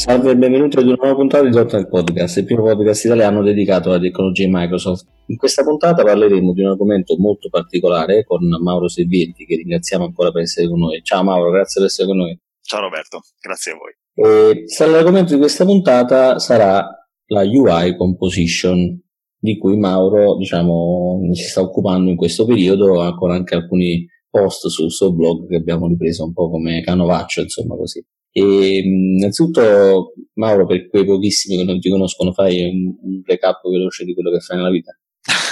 Salve e benvenuti ad una nuova puntata di .NET Podcast, il primo podcast italiano dedicato alla tecnologia Microsoft. In questa puntata parleremo di un argomento molto particolare con Mauro Servietti, che ringraziamo ancora per essere con noi. Ciao Mauro, grazie per essere con noi. Ciao Roberto, grazie a voi. L'argomento di questa puntata sarà la UI Composition, di cui Mauro, si sta occupando in questo periodo, con anche alcuni post sul suo blog che abbiamo ripreso un po' come canovaccio, insomma così. Innanzitutto, Mauro, per quei pochissimi che non ti conoscono, fai un recap veloce di quello che fai nella vita?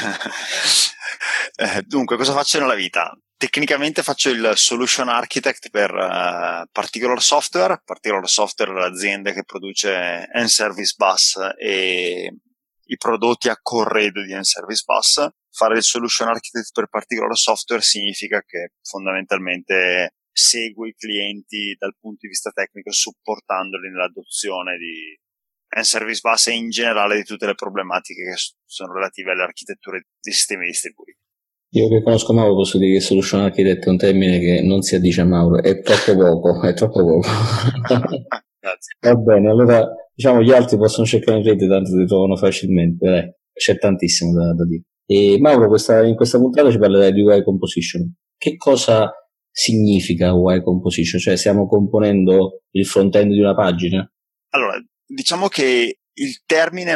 Dunque, cosa faccio nella vita? Tecnicamente faccio il solution architect per Particular Software. Particular Software è l'azienda che produce N-Service Bus e i prodotti a corredo di N-Service Bus. Fare il solution architect per Particular Software significa che fondamentalmente seguo i clienti dal punto di vista tecnico, supportandoli nell'adozione di N-Service Bus e in generale di tutte le problematiche che sono relative alle architetture di sistemi distribuiti. Io che conosco Mauro posso dire che solution architect è un termine che non si addice a Mauro, è troppo poco, è troppo poco. Grazie. Va bene, allora diciamo gli altri possono cercare in rete, tanto ti trovano facilmente, c'è tantissimo da dire. E Mauro, in questa puntata ci parlerai di UI Composition. Che cosa significa UI Composition? Cioè stiamo componendo il front-end di una pagina? Allora, diciamo che il termine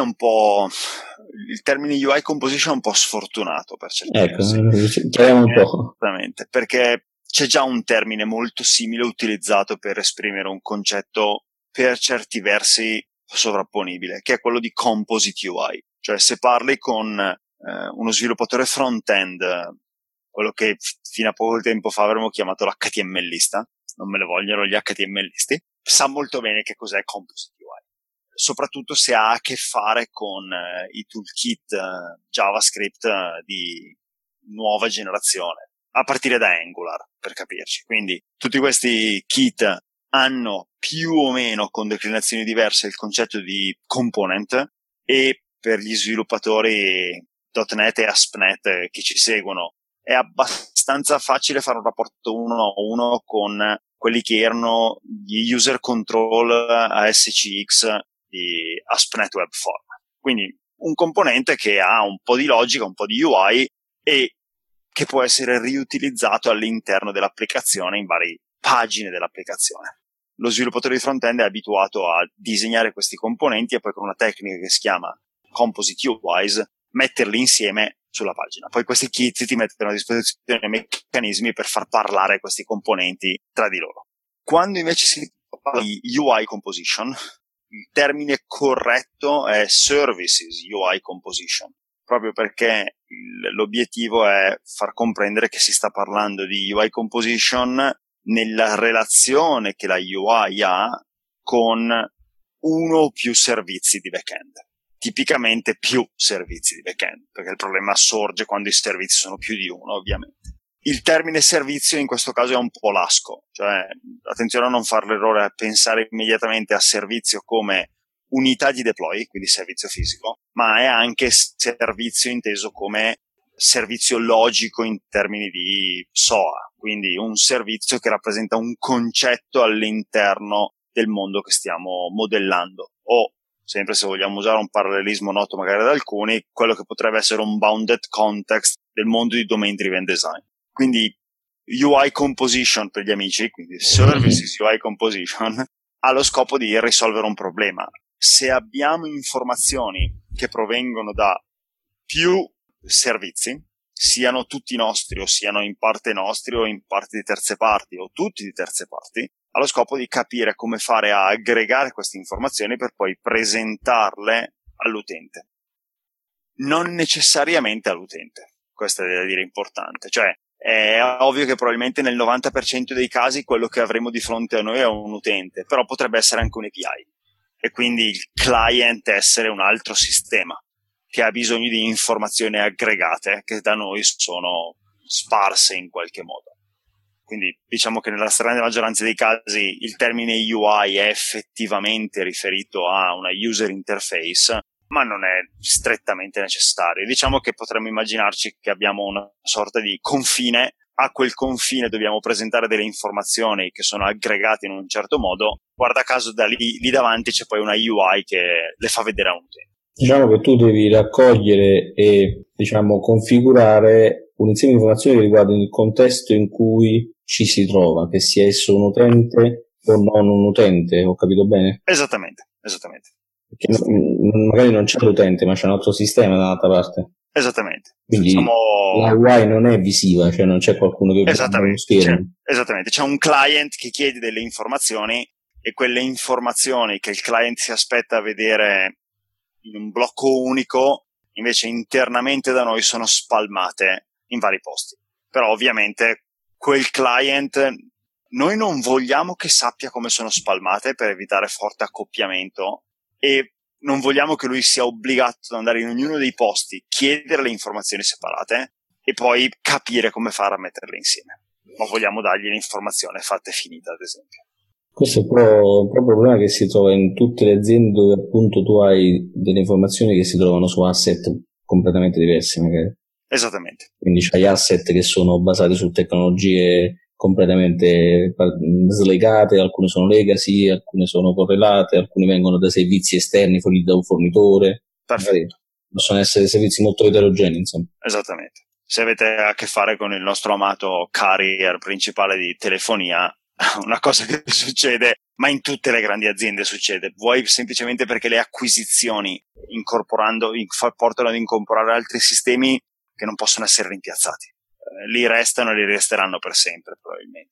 UI Composition è un po' sfortunato per certi versi. Chiariamo un po'. Esattamente, perché c'è già un termine molto simile utilizzato per esprimere un concetto per certi versi sovrapponibile, che è quello di Composite UI. Cioè, se parli con uno sviluppatore front-end, quello che fino a poco tempo fa avremmo chiamato l'HTMLista, non me ne vogliono gli HTMListi, sa molto bene che cos'è Composite UI, soprattutto se ha a che fare con i toolkit JavaScript di nuova generazione, a partire da Angular, per capirci. Quindi tutti questi kit hanno più o meno con declinazioni diverse il concetto di component, e per gli sviluppatori .NET e ASP.NET che ci seguono è abbastanza facile fare un rapporto uno a uno con quelli che erano gli user control ASCX di ASP.NET Web Form. Quindi un componente che ha un po' di logica, un po' di UI e che può essere riutilizzato all'interno dell'applicazione in varie pagine dell'applicazione. Lo sviluppatore di front-end è abituato a disegnare questi componenti e poi con una tecnica che si chiama Composite UIs metterli insieme sulla pagina. Poi questi kit ti mettono a disposizione meccanismi per far parlare questi componenti tra di loro. Quando invece si parla di UI Composition, il termine corretto è Services UI Composition, proprio perché l'obiettivo è far comprendere che si sta parlando di UI Composition nella relazione che la UI ha con uno o più servizi di backend. Tipicamente più servizi di backend, perché il problema sorge quando i servizi sono più di uno, ovviamente. Il termine servizio in questo caso è un po' lasco, cioè attenzione a non fare l'errore a pensare immediatamente a servizio come unità di deploy, quindi servizio fisico, ma è anche servizio inteso come servizio logico in termini di SOA, quindi un servizio che rappresenta un concetto all'interno del mondo che stiamo modellando, o sempre se vogliamo usare un parallelismo noto magari da alcuni, quello che potrebbe essere un bounded context del mondo di domain driven design. Quindi UI Composition per gli amici, quindi Services UI Composition, ha lo scopo di risolvere un problema. Se abbiamo informazioni che provengono da più servizi, siano tutti nostri o siano in parte nostri o in parte di terze parti o tutti di terze parti, ha lo scopo di capire come fare a aggregare queste informazioni per poi presentarle all'utente. Non necessariamente all'utente, questo è da dire importante, cioè è ovvio che probabilmente nel 90% dei casi quello che avremo di fronte a noi è un utente, però potrebbe essere anche un API e quindi il client essere un altro sistema che ha bisogno di informazioni aggregate che da noi sono sparse in qualche modo. Quindi diciamo che nella stragrande maggioranza dei casi il termine UI è effettivamente riferito a una user interface, ma non è strettamente necessario. Diciamo che potremmo immaginarci che abbiamo una sorta di confine a quel confine dobbiamo presentare delle informazioni che sono aggregate in un certo modo, guarda caso da lì davanti c'è poi una UI che le fa vedere a un utente. Diciamo che tu devi raccogliere e, diciamo, configurare un insieme di informazioni che riguardano il contesto in cui ci si trova, che sia esso un utente o non un utente, ho capito bene? Esattamente. Perché magari non c'è l'utente, ma c'è un altro sistema dall'altra parte. Esattamente. Quindi la UI non è visiva, cioè non c'è qualcuno che guarda lo schermo. Esattamente, c'è un client che chiede delle informazioni e quelle informazioni che il client si aspetta a vedere in un blocco unico, invece internamente da noi sono spalmate in vari posti. Però ovviamente quel client noi non vogliamo che sappia come sono spalmate per evitare forte accoppiamento e non vogliamo che lui sia obbligato ad andare in ognuno dei posti, chiedere le informazioni separate e poi capire come fare a metterle insieme. Ma vogliamo dargli l'informazione fatta e finita, ad esempio. Questo è un problema che si trova in tutte le aziende dove appunto tu hai delle informazioni che si trovano su asset completamente diversi magari. Esattamente. Quindi c'hai asset che sono basati su tecnologie completamente slegate, alcune sono legacy, alcune sono correlate, alcune vengono da servizi esterni forniti da un fornitore. Perfetto. Possono essere servizi molto eterogenei, insomma. Esattamente. Se avete a che fare con il nostro amato carrier principale di telefonia, una cosa che succede, ma in tutte le grandi aziende succede, vuoi semplicemente perché le acquisizioni portano ad incorporare altri sistemi che non possono essere rimpiazzati. Lì restano e li resteranno per sempre, probabilmente.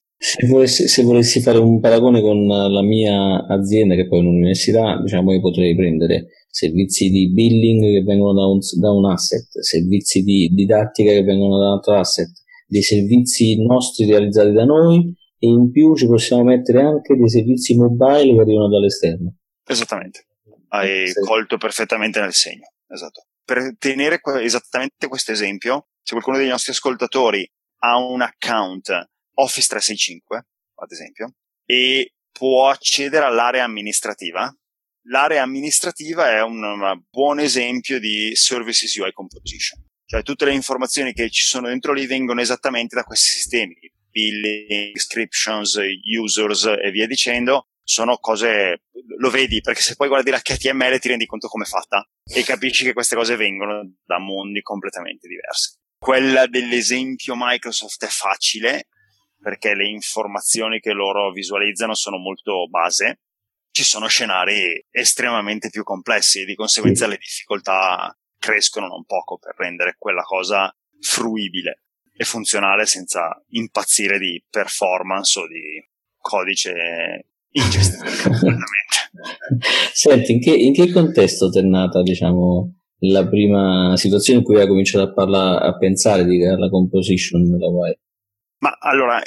Se volessi fare un paragone con la mia azienda, che poi è un'università, diciamo, io potrei prendere servizi di billing che vengono da un asset, servizi di didattica che vengono da un altro asset, dei servizi nostri realizzati da noi, e in più ci possiamo mettere anche dei servizi mobile che arrivano dall'esterno. Esattamente, hai colto perfettamente nel segno. Esatto. Per tenere esattamente questo esempio, se qualcuno dei nostri ascoltatori ha un account Office 365, ad esempio, e può accedere all'area amministrativa, l'area amministrativa è un buon esempio di Services UI Composition. Cioè tutte le informazioni che ci sono dentro lì vengono esattamente da questi sistemi, billing, descriptions, users e via dicendo. Sono cose, lo vedi, perché se poi guardi l'HTML ti rendi conto come è fatta e capisci che queste cose vengono da mondi completamente diversi. Quella dell'esempio Microsoft è facile perché le informazioni che loro visualizzano sono molto base. Ci sono scenari estremamente più complessi e di conseguenza le difficoltà crescono non poco per rendere quella cosa fruibile e funzionale senza impazzire di performance o di codice ingestibile completamente. Senti, in che contesto ti è nata, diciamo, la prima situazione in cui hai cominciato a parlare, a pensare di creare la composition della UI? Ma allora,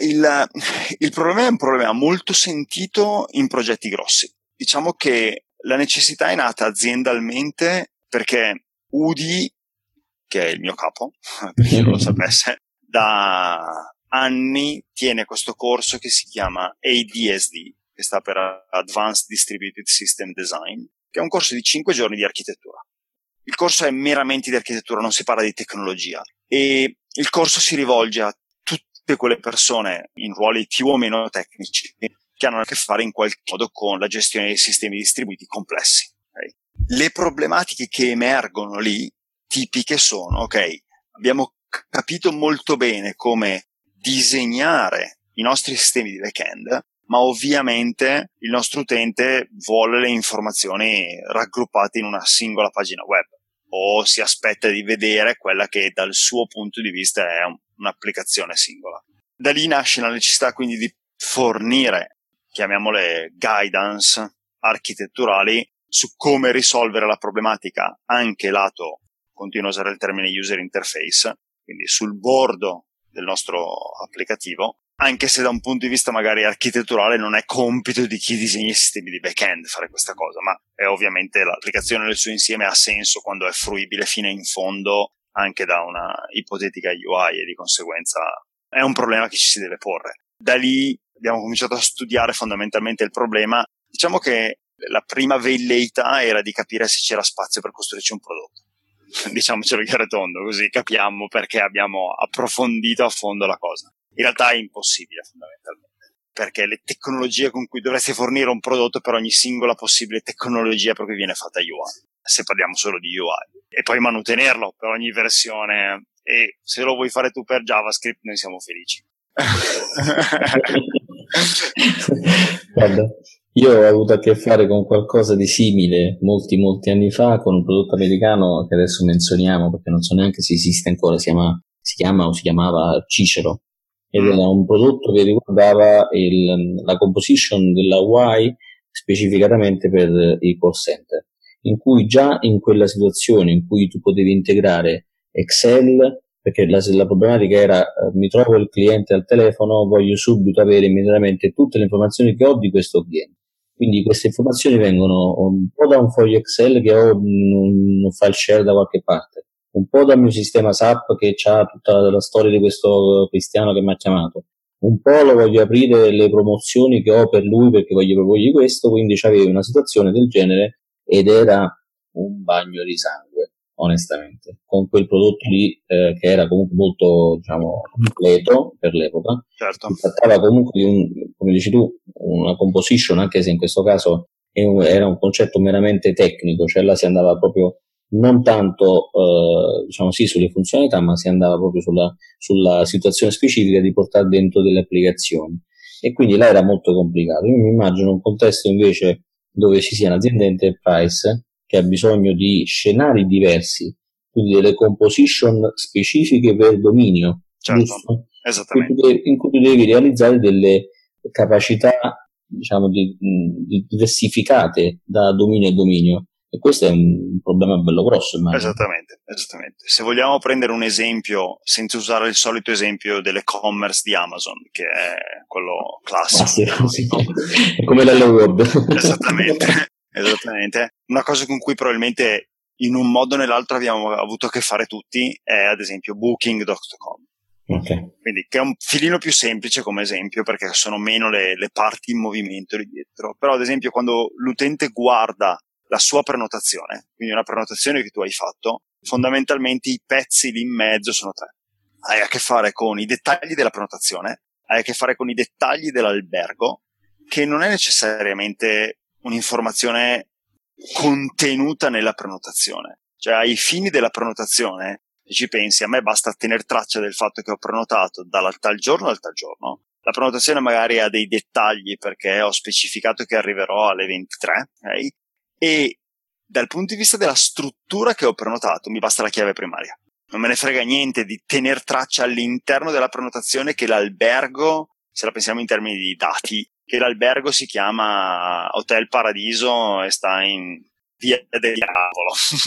il problema è un problema molto sentito in progetti grossi. Diciamo che la necessità è nata aziendalmente perché Udi, che è il mio capo, per chi non lo sapesse, da anni tiene questo corso che si chiama ADSD, che sta per Advanced Distributed System Design, che è un corso di 5 giorni di architettura. Il corso è meramente di architettura, non si parla di tecnologia, e il corso si rivolge a tutte quelle persone in ruoli più o meno tecnici che hanno a che fare in qualche modo con la gestione dei sistemi distribuiti complessi. Okay? Le problematiche che emergono lì, tipiche, sono, ok, abbiamo capito molto bene come disegnare i nostri sistemi di back-end, ma ovviamente il nostro utente vuole le informazioni raggruppate in una singola pagina web o si aspetta di vedere quella che dal suo punto di vista è un'applicazione singola. Da lì nasce la necessità quindi di fornire, chiamiamole guidance architetturali, su come risolvere la problematica anche lato, continuo a usare il termine user interface, quindi sul bordo del nostro applicativo, anche se da un punto di vista magari architetturale non è compito di chi disegna i sistemi di back-end fare questa cosa, ma è ovviamente l'applicazione nel suo insieme ha senso quando è fruibile fino in fondo anche da una ipotetica UI e di conseguenza è un problema che ci si deve porre. Da lì abbiamo cominciato a studiare fondamentalmente il problema. Diciamo che la prima velleità era di capire se c'era spazio per costruirci un prodotto. Diciamocelo chiaro e tondo, così capiamo perché abbiamo approfondito a fondo la cosa. In realtà è impossibile fondamentalmente, perché le tecnologie con cui dovresti fornire un prodotto per ogni singola possibile tecnologia per cui viene fatta UI, se parliamo solo di UI, e poi mantenerlo per ogni versione, e se lo vuoi fare tu per JavaScript noi siamo felici. Guarda, io ho avuto a che fare con qualcosa di simile molti anni fa con un prodotto americano che adesso menzioniamo perché non so neanche se esiste ancora, si chiama o si chiamava Cicero, ed era un prodotto che riguardava la composition della UI specificatamente per i call center, in cui già in quella situazione in cui tu potevi integrare Excel, perché la problematica era mi trovo il cliente al telefono, voglio subito avere immediatamente tutte le informazioni che ho di questo cliente. Quindi queste informazioni vengono un po' da un foglio Excel che ho un file share da qualche parte, un po' dal mio sistema SAP che ha tutta la storia di questo cristiano che mi ha chiamato, un po' lo voglio aprire le promozioni che ho per lui perché voglio proporgli questo, quindi c'avevi una situazione del genere ed era un bagno di sangue, onestamente, con quel prodotto lì che era comunque molto, diciamo, completo per l'epoca. Certo. Si trattava comunque di come dici tu, una composition, anche se in questo caso era un concetto meramente tecnico, cioè là si andava proprio non tanto diciamo sì sulle funzionalità, ma si andava proprio sulla situazione specifica di portare dentro delle applicazioni, e quindi là era molto complicato. Io mi immagino un contesto invece dove ci sia un'azienda enterprise che ha bisogno di scenari diversi, quindi delle composition specifiche per dominio, certo, giusto? esattamente. In cui tu devi realizzare delle capacità, diciamo, diversificate da dominio a dominio. E questo è un problema bello grosso, immagino. Esattamente. Se vogliamo prendere un esempio, senza usare il solito esempio dell'e-commerce di Amazon, che è quello classico. Sì. È come l'Hello World. Esattamente. Una cosa con cui probabilmente in un modo o nell'altro abbiamo avuto a che fare tutti è ad esempio Booking.com. Okay. Quindi che è un filino più semplice come esempio perché sono meno le parti in movimento lì dietro. Però ad esempio quando l'utente guarda la sua prenotazione, quindi una prenotazione che tu hai fatto, fondamentalmente i pezzi lì in mezzo sono tre. Hai a che fare con i dettagli della prenotazione, hai a che fare con i dettagli dell'albergo, che non è necessariamente un'informazione contenuta nella prenotazione. Cioè ai fini della prenotazione, se ci pensi, a me basta tenere traccia del fatto che ho prenotato dal tal giorno al tal giorno. La prenotazione magari ha dei dettagli perché ho specificato che arriverò alle 23, ok? E dal punto di vista della struttura che ho prenotato mi basta la chiave primaria. Non me ne frega niente di tener traccia all'interno della prenotazione che l'albergo, se la pensiamo in termini di dati, che l'albergo si chiama Hotel Paradiso e sta in via del diavolo.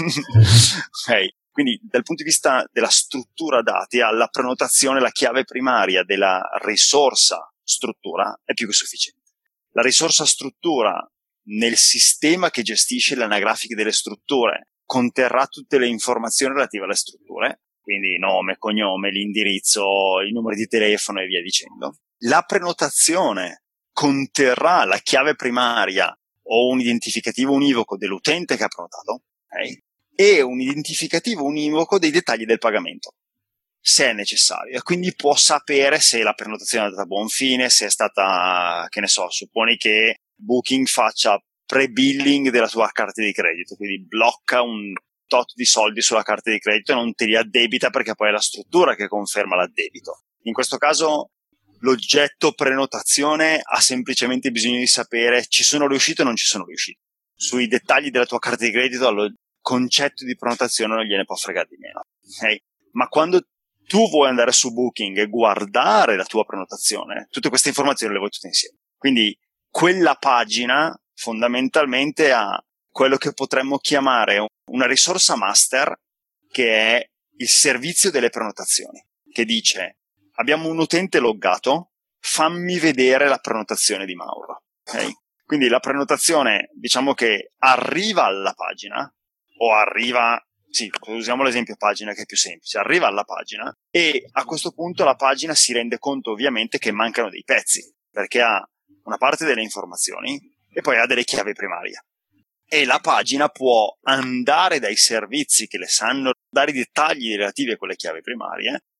Ok. Quindi dal punto di vista della struttura dati, alla prenotazione la chiave primaria della risorsa struttura è più che sufficiente. La risorsa struttura nel sistema che gestisce le anagrafiche delle strutture conterrà tutte le informazioni relative alle strutture, quindi nome, cognome, l'indirizzo, i numeri di telefono e via dicendo. La prenotazione conterrà la chiave primaria o un identificativo univoco dell'utente che ha prenotato, okay? E un identificativo univoco dei dettagli del pagamento, se è necessario, e quindi può sapere se la prenotazione è andata a buon fine, se è stata, che ne so, supponi che Booking faccia pre-billing della tua carta di credito, quindi blocca un tot di soldi sulla carta di credito e non te li addebita perché poi è la struttura che conferma l'addebito. In questo caso l'oggetto prenotazione ha semplicemente bisogno di sapere ci sono riuscito o non ci sono riuscito. Sui dettagli della tua carta di credito allo concetto di prenotazione non gliene può fregare di meno, okay? Ma quando tu vuoi andare su Booking e guardare la tua prenotazione, tutte queste informazioni le vuoi tutte insieme. Quindi quella pagina fondamentalmente ha quello che potremmo chiamare una risorsa master, che è il servizio delle prenotazioni, che dice abbiamo un utente loggato, fammi vedere la prenotazione di Mauro. Okay? Quindi la prenotazione, diciamo che arriva alla pagina, o arriva, sì, usiamo l'esempio pagina che è più semplice, arriva alla pagina e a questo punto la pagina si rende conto ovviamente che mancano dei pezzi, perché ha una parte delle informazioni e poi ha delle chiavi primarie. E la pagina può andare dai servizi che le sanno dare i dettagli relativi a quelle chiavi primarie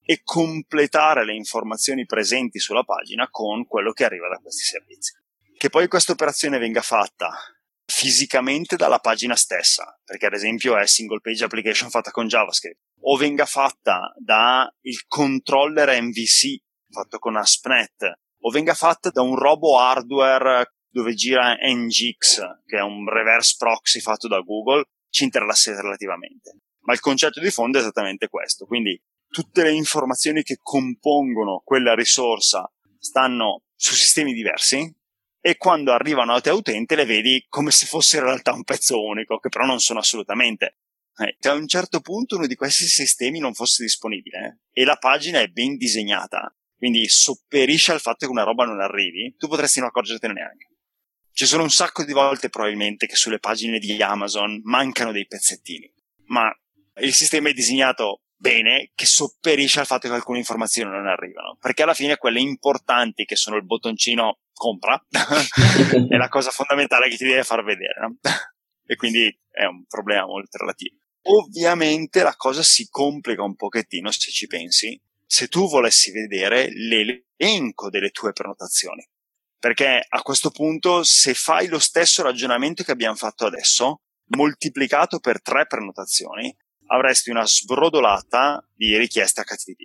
e completare le informazioni presenti sulla pagina con quello che arriva da questi servizi. Che poi questa operazione venga fatta fisicamente dalla pagina stessa, perché ad esempio è single page application fatta con JavaScript, o venga fatta da il controller MVC fatto con ASP.NET, o venga fatta da un robo hardware dove gira Nginx, che è un reverse proxy fatto da Google, ci interessa relativamente. Ma il concetto di fondo è esattamente questo, quindi tutte le informazioni che compongono quella risorsa stanno su sistemi diversi e quando arrivano a te utente le vedi come se fosse in realtà un pezzo unico, che però non sono assolutamente. Se a un certo punto uno di questi sistemi non fosse disponibile e la pagina è ben disegnata, quindi sopperisce al fatto che una roba non arrivi, tu potresti non accorgertene neanche. Ci sono un sacco di volte probabilmente che sulle pagine di Amazon mancano dei pezzettini, ma il sistema è disegnato bene che sopperisce al fatto che alcune informazioni non arrivano, perché alla fine quelle importanti, che sono il bottoncino compra, è la cosa fondamentale che ti deve far vedere, no? E quindi è un problema molto relativo. Ovviamente la cosa si complica un pochettino se ci pensi, se tu volessi vedere l'elenco delle tue prenotazioni, perché a questo punto se fai lo stesso ragionamento che abbiamo fatto adesso, moltiplicato per 3 prenotazioni, avresti una sbrodolata di richieste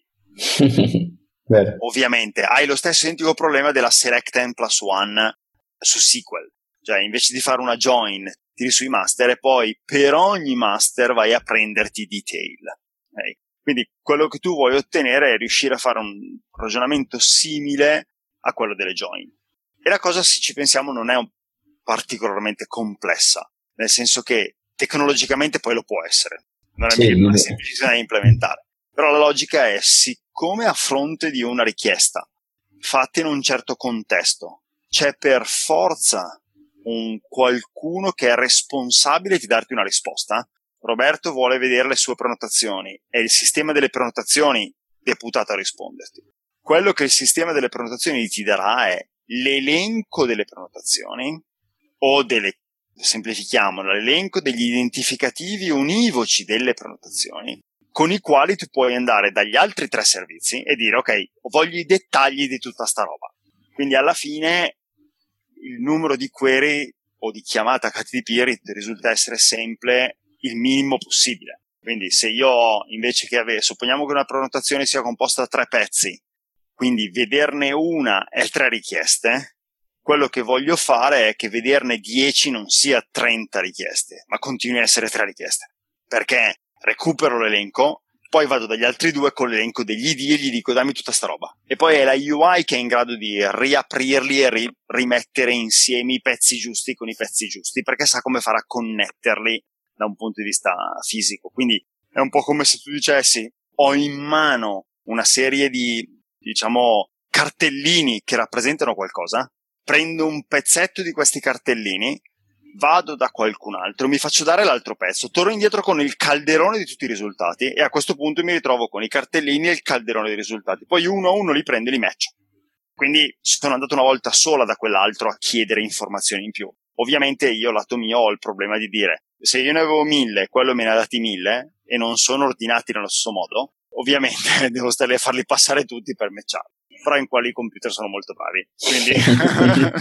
HTTP. Ovviamente hai lo stesso identico problema della select n+1 su SQL, cioè invece di fare una join tiri sui master e poi per ogni master vai a prenderti detail, okay? Quindi quello che tu vuoi ottenere è riuscire a fare un ragionamento simile a quello delle join, e la cosa, se ci pensiamo, non è particolarmente complessa, nel senso che tecnologicamente poi lo può essere, non è semplicissima da implementare, però la logica è: siccome a fronte di una richiesta fatta in un certo contesto c'è per forza un qualcuno che è responsabile di darti una risposta, Roberto vuole vedere le sue prenotazioni, è il sistema delle prenotazioni deputato a risponderti. Quello che il sistema delle prenotazioni ti darà è l'elenco delle prenotazioni, o semplifichiamolo, l'elenco degli identificativi univoci delle prenotazioni, con i quali tu puoi andare dagli altri 3 servizi e dire: ok, voglio i dettagli di tutta sta roba. Quindi alla fine il numero di query o di chiamata HTTP risulta essere sempre il minimo possibile. Quindi se io ho, invece che supponiamo che una prenotazione sia composta da 3 pezzi, quindi vederne una e 3 richieste, quello che voglio fare è che vederne 10 non sia 30 richieste, ma continui a essere 3 richieste. Perché recupero l'elenco, poi vado dagli altri 2 con l'elenco degli ID e gli dico: dammi tutta sta roba. E poi è la UI che è in grado di riaprirli e rimettere insieme i pezzi giusti con i pezzi giusti, perché sa come fare a connetterli da un punto di vista fisico. Quindi è un po' come se tu dicessi: ho in mano una serie di, cartellini che rappresentano qualcosa, prendo un pezzetto di questi cartellini, vado da qualcun altro, mi faccio dare l'altro pezzo, torno indietro con il calderone di tutti i risultati e a questo punto mi ritrovo con i cartellini e il calderone dei risultati. Poi uno a uno li prendo e li matcho. Quindi sono andato una volta sola da quell'altro a chiedere informazioni in più. Ovviamente io, lato mio, ho il problema di dire: se io ne avevo 1000 e quello me ne ha dati 1000 e non sono ordinati nello stesso modo, ovviamente devo stare a farli passare tutti per matcharli. Però in quali computer sono molto bravi, quindi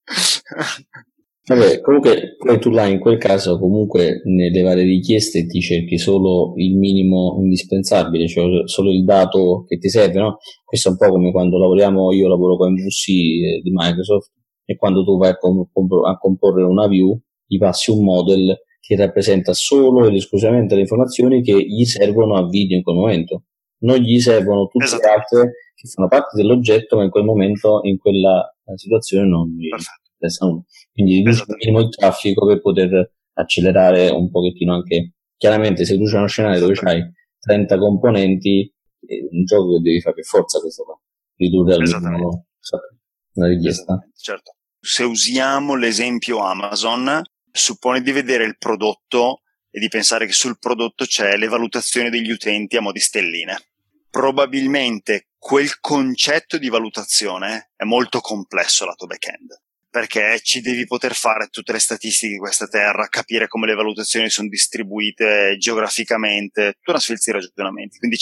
Vabbè, comunque poi tu là in quel caso comunque nelle varie richieste ti cerchi solo il minimo indispensabile, cioè solo il dato che ti serve, no? Questo è un po' come quando io lavoro con MVC di Microsoft, e quando tu vai a comporre una view gli passi un model che rappresenta solo ed esclusivamente le informazioni che gli servono a video in quel momento, non gli servono tutte le altre che fanno parte dell'oggetto ma in quel momento, in quella situazione non gli interessano nulla. Quindi riduci un minimo il traffico per poter accelerare un pochettino anche. Chiaramente se tu c'è uno scenario dove c'hai 30 componenti, un gioco che devi fare per forza questo qua, ridurre al minimo una richiesta. Certo. Se usiamo l'esempio Amazon, suppone di vedere il prodotto e di pensare che sul prodotto c'è le valutazioni degli utenti a mo' di stelline. Probabilmente quel concetto di valutazione è molto complesso lato back-end, perché ci devi poter fare tutte le statistiche di questa terra, capire come le valutazioni sono distribuite geograficamente, tutta una sfilza di ragionamenti. Quindi c'è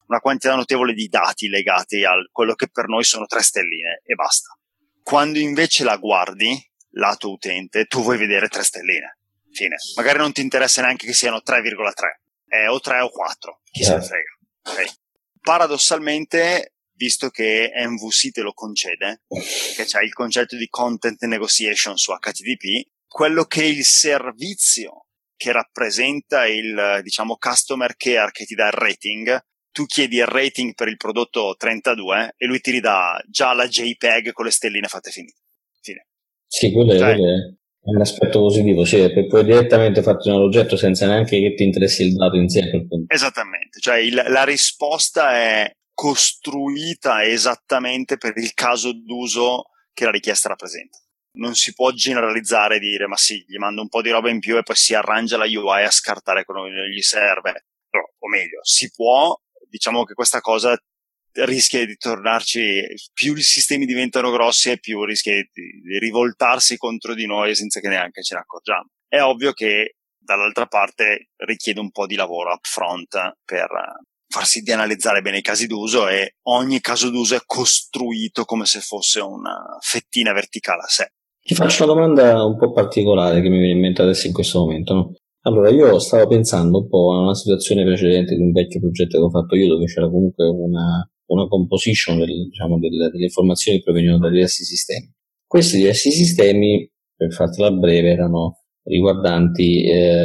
una quantità notevole di dati legati a quello che per noi sono 3 stelline e basta. Quando invece la guardi, lato utente, tu vuoi vedere 3 stelline. Fine. Magari non ti interessa neanche che siano 3,3, o 3 o 4, chi se ne frega. Okay. Paradossalmente, visto che MVC te lo concede, che c'è il concetto di content negotiation su HTTP, quello che è il servizio che rappresenta il, diciamo, customer care che ti dà il rating, tu chiedi il rating per il prodotto 32 e lui ti ridà già la JPEG con le stelline fatte finite. Fine. Sì, quello è un aspetto positivo, sì, puoi direttamente farti un oggetto senza neanche che ti interessi il dato in sé. Esattamente, cioè la risposta è costruita esattamente per il caso d'uso che la richiesta rappresenta. Non si può generalizzare e dire ma sì, gli mando un po' di roba in più e poi si arrangia la UI a scartare quello che gli serve. Però, o meglio, si può, diciamo che questa cosa rischia di tornarci, più i sistemi diventano grossi e più rischia di rivoltarsi contro di noi senza che neanche ce ne accorgiamo. È ovvio che dall'altra parte richiede un po' di lavoro upfront per farsi di analizzare bene i casi d'uso, e ogni caso d'uso è costruito come se fosse una fettina verticale a sé. Ti faccio una domanda un po' particolare che mi viene in mente adesso in questo momento, no? Allora, io stavo pensando un po' a una situazione precedente di un vecchio progetto che ho fatto io, dove c'era comunque una composition delle informazioni che provenivano da diversi sistemi. Questi diversi sistemi, per fartela breve, erano riguardanti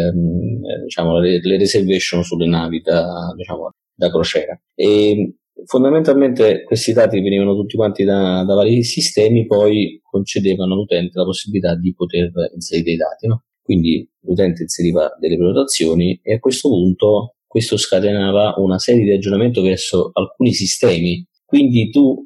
le reservation sulle navi da crociera. E fondamentalmente questi dati venivano tutti quanti da vari sistemi, poi concedevano all'utente la possibilità di poter inserire i dati, no? Quindi l'utente inseriva delle prenotazioni e a questo punto questo scatenava una serie di aggiornamenti verso alcuni sistemi. Quindi tu,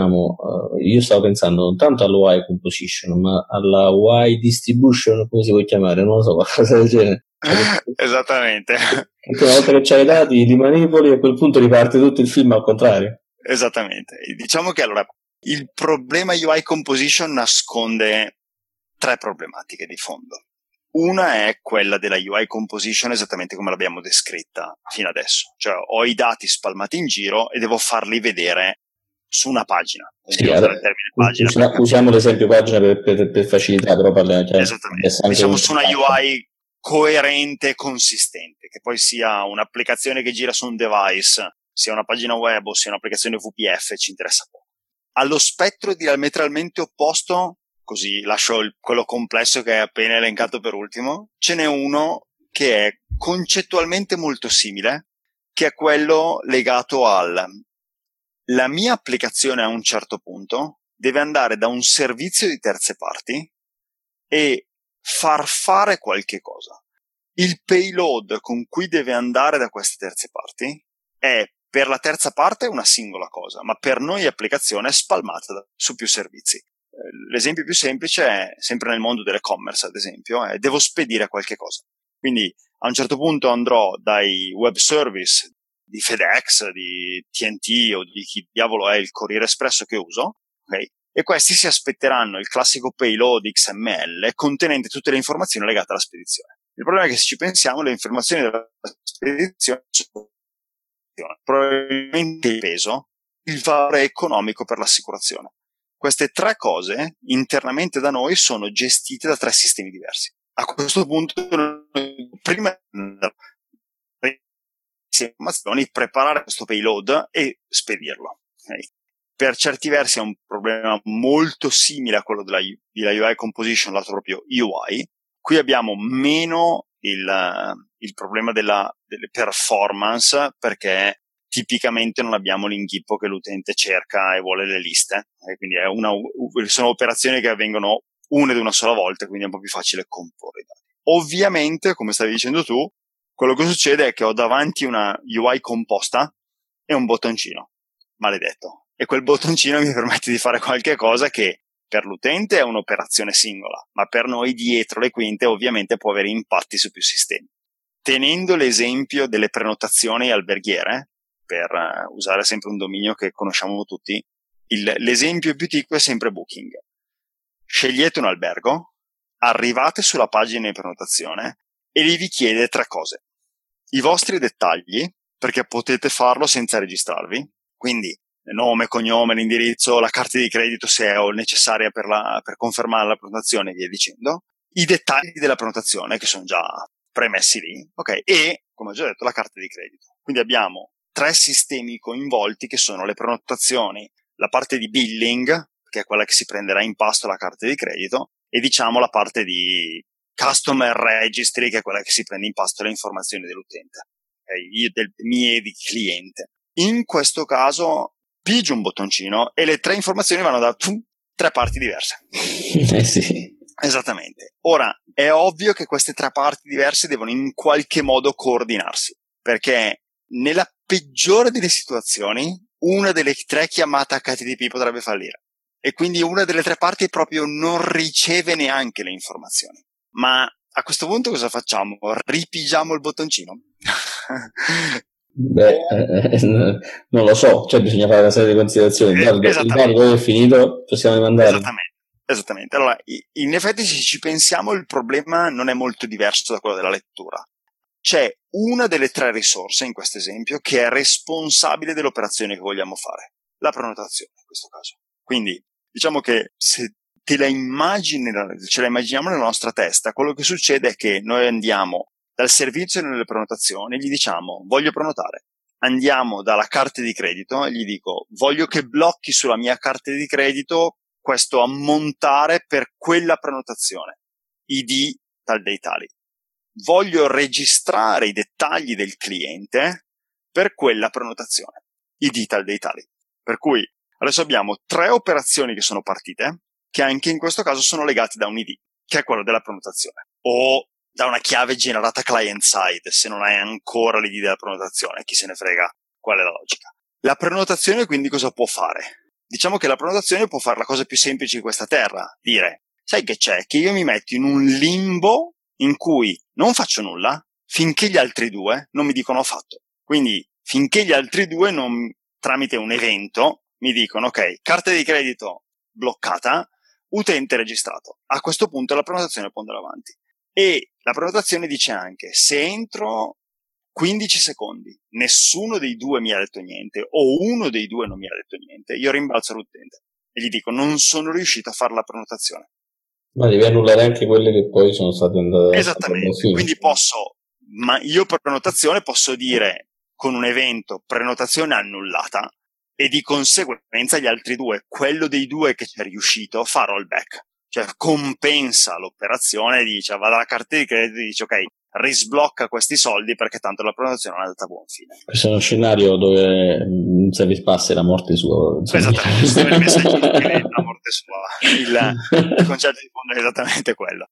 io stavo pensando non tanto all'UI composition, ma alla UI distribution, come si può chiamare, non lo so, qualcosa del genere. Esattamente. Una volta che c'hai i dati, li manipoli e a quel punto riparte tutto il film al contrario. Esattamente. Diciamo che allora il problema UI composition nasconde 3 problematiche di fondo. Una è quella della UI composition esattamente come l'abbiamo descritta fino adesso, cioè ho i dati spalmati in giro e devo farli vedere su una pagina. Sì, usare il termine pagina usiamo l'esempio pagina per facilità, però parliamo, esattamente. Diciamo su una UI coerente e consistente, che poi sia un'applicazione che gira su un device, sia una pagina web o sia un'applicazione VPF, ci interessa poco. Allo spettro diametralmente opposto, così lascio quello complesso che hai appena elencato per ultimo, ce n'è uno che è concettualmente molto simile, che è quello legato la mia applicazione a un certo punto deve andare da un servizio di terze parti e far fare qualche cosa. Il payload con cui deve andare da queste terze parti è per la terza parte una singola cosa, ma per noi applicazione è spalmata su più servizi. L'esempio più semplice è, sempre nel mondo dell'e-commerce ad esempio, è devo spedire qualche cosa. Quindi a un certo punto andrò dai web service di FedEx, di TNT o di chi diavolo è il Corriere Espresso che uso, ok? E questi si aspetteranno il classico payload XML contenente tutte le informazioni legate alla spedizione. Il problema è che se ci pensiamo, le informazioni della spedizione sono probabilmente il peso, il valore economico per l'assicurazione. Queste 3 cose internamente da noi sono gestite da 3 sistemi diversi. A questo punto, prima informazioni, preparare questo payload e spedirlo. Okay? Per certi versi è un problema molto simile a quello della UI composition, lato proprio UI. Qui abbiamo meno il problema delle performance, perché tipicamente non abbiamo l'inghippo che l'utente cerca e vuole le liste, quindi sono operazioni che avvengono una ed una sola volta, quindi è un po' più facile comporre i dati. Ovviamente, come stavi dicendo tu, quello che succede è che ho davanti una UI composta e un bottoncino, maledetto, e quel bottoncino mi permette di fare qualche cosa che per l'utente è un'operazione singola, ma per noi dietro le quinte ovviamente può avere impatti su più sistemi. Tenendo l'esempio delle prenotazioni alberghiere, per usare sempre un dominio che conosciamo tutti, l'esempio più tipico è sempre Booking. Scegliete un albergo, arrivate sulla pagina di prenotazione e vi chiede 3 cose: i vostri dettagli, perché potete farlo senza registrarvi. Quindi nome, cognome, l'indirizzo, la carta di credito se è necessaria per confermare la prenotazione e via dicendo, i dettagli della prenotazione che sono già premessi lì, ok? E, come ho già detto, la carta di credito. Quindi abbiamo 3 sistemi coinvolti che sono le prenotazioni, la parte di billing, che è quella che si prenderà in pasto la carta di credito, e diciamo la parte di customer registry, che è quella che si prende in pasto le informazioni dell'utente, okay? Del mie di cliente. In questo caso pigio un bottoncino e le 3 informazioni vanno da 3 parti diverse. Sì. Esattamente. Ora, è ovvio che queste 3 parti diverse devono in qualche modo coordinarsi, perché nella peggiore delle situazioni, una delle 3 chiamate HTTP potrebbe fallire. E quindi una delle 3 parti proprio non riceve neanche le informazioni. Ma a questo punto cosa facciamo? Ripigiamo il bottoncino? Beh, non lo so, cioè bisogna fare una serie di considerazioni. Il valido è finito, possiamo rimandare. Esattamente. Allora, in effetti, se ci pensiamo, il problema non è molto diverso da quello della lettura. C'è una delle 3 risorse, in questo esempio, che è responsabile dell'operazione che vogliamo fare. La prenotazione, in questo caso. Quindi, diciamo che se ce la immaginiamo nella nostra testa, quello che succede è che noi andiamo dal servizio nelle prenotazioni e gli diciamo voglio prenotare. Andiamo dalla carta di credito e gli dico voglio che blocchi sulla mia carta di credito questo ammontare per quella prenotazione, ID tal dei tali. Voglio registrare i dettagli del cliente per quella prenotazione, ID tal dei tali. Per cui adesso abbiamo 3 operazioni che sono partite, che anche in questo caso sono legate da un ID, che è quello della prenotazione, o da una chiave generata client-side, se non hai ancora l'ID della prenotazione, chi se ne frega, qual è la logica. La prenotazione quindi cosa può fare? Diciamo che la prenotazione può fare la cosa più semplice di questa terra, dire, sai che c'è? Che io mi metto in un limbo in cui non faccio nulla finché gli altri 2 non mi dicono ho fatto. Quindi finché gli altri 2 non, tramite un evento, mi dicono ok, carta di credito bloccata, utente registrato. A questo punto la prenotazione può andare avanti. E la prenotazione dice anche, se entro 15 secondi nessuno dei 2 mi ha detto niente o uno dei 2 non mi ha detto niente, io rimbalzo all'utente e gli dico non sono riuscito a fare la prenotazione. Ma devi annullare anche quelle che poi sono state andate. Esattamente, quindi ma io per prenotazione posso dire con un evento prenotazione annullata e di conseguenza gli altri 2, quello dei 2 che ci è riuscito, fa rollback. Cioè compensa l'operazione, dice, va dalla carta di credito e dice ok, risblocca questi soldi perché tanto la prenotazione non è andata a buon fine. Questo è uno scenario dove non serve passa la morte sua. Esattamente, sistema di messaggi la morte sua. Il concetto di fondo è esattamente quello.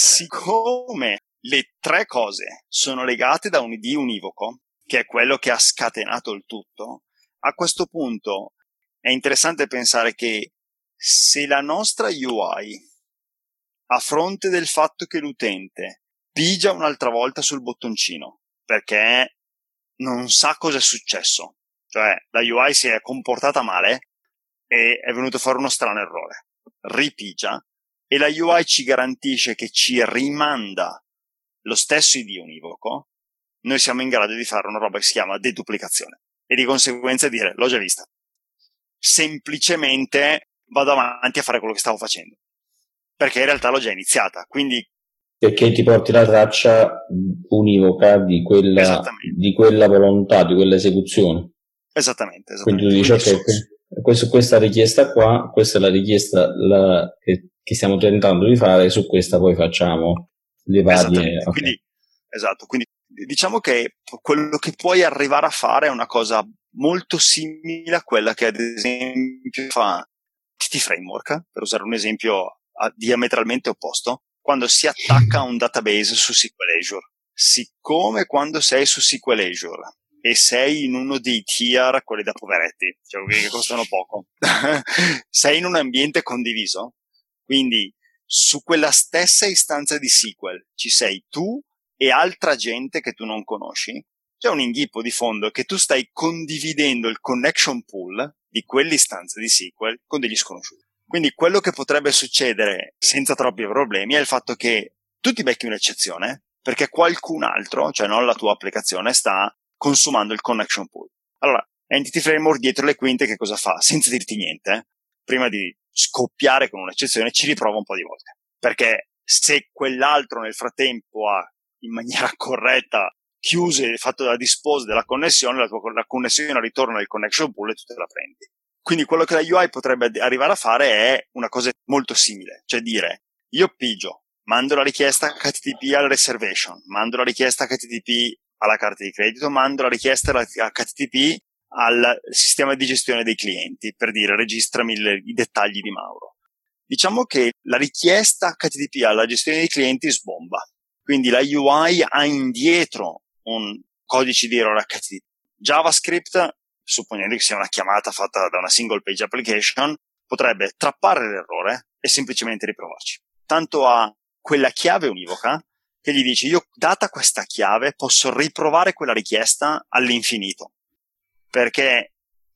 Siccome le 3 cose sono legate da un ID univoco, che è quello che ha scatenato il tutto, a questo punto è interessante pensare che se la nostra UI, a fronte del fatto che l'utente pigia un'altra volta sul bottoncino perché non sa cosa è successo, cioè la UI si è comportata male e è venuto a fare uno strano errore, ripigia e la UI ci garantisce che ci rimanda lo stesso ID univoco, noi siamo in grado di fare una roba che si chiama deduplicazione e di conseguenza dire l'ho già vista, semplicemente vado avanti a fare quello che stavo facendo perché in realtà l'ho già iniziata, quindi perché ti porti la traccia univoca di quella volontà, di quella esecuzione. Esattamente. Quindi tu dici ok, questa richiesta qua, questa è la richiesta che stiamo tentando di fare, su questa poi facciamo le varie. Okay. Quindi diciamo che quello che puoi arrivare a fare è una cosa molto simile a quella che ad esempio fa TT Framework, per usare un esempio diametralmente opposto, quando si attacca a un database su SQL Azure. Siccome quando sei su SQL Azure e sei in uno dei tier, quelli da poveretti, cioè quelli che costano poco, sei in un ambiente condiviso, quindi su quella stessa istanza di SQL ci sei tu e altra gente che tu non conosci, c'è un inghippo di fondo che tu stai condividendo il connection pool di quell'istanza di SQL con degli sconosciuti. Quindi quello che potrebbe succedere senza troppi problemi è il fatto che tu ti becchi un'eccezione perché qualcun altro, cioè non la tua applicazione, sta consumando il connection pool. Allora, Entity Framework dietro le quinte che cosa fa? Senza dirti niente, prima di scoppiare con un'eccezione ci riprova un po' di volte, perché se quell'altro nel frattempo ha in maniera corretta chiuso e fatto da dispose della connessione, la connessione ritorna nel connection pool e tu te la prendi. Quindi quello che la UI potrebbe arrivare a fare è una cosa molto simile, cioè dire io pigio, mando la richiesta HTTP alla reservation, mando la richiesta HTTP alla carta di credito, mando la richiesta HTTP al sistema di gestione dei clienti, per dire registrami i dettagli di Mauro. Diciamo che la richiesta HTTP alla gestione dei clienti sbomba, quindi la UI ha indietro un codice di errore HTTP. JavaScript, supponendo che sia una chiamata fatta da una single page application, potrebbe trappare l'errore e semplicemente riprovarci. Tanto ha quella chiave univoca che gli dice io, data questa chiave, posso riprovare quella richiesta all'infinito. Perché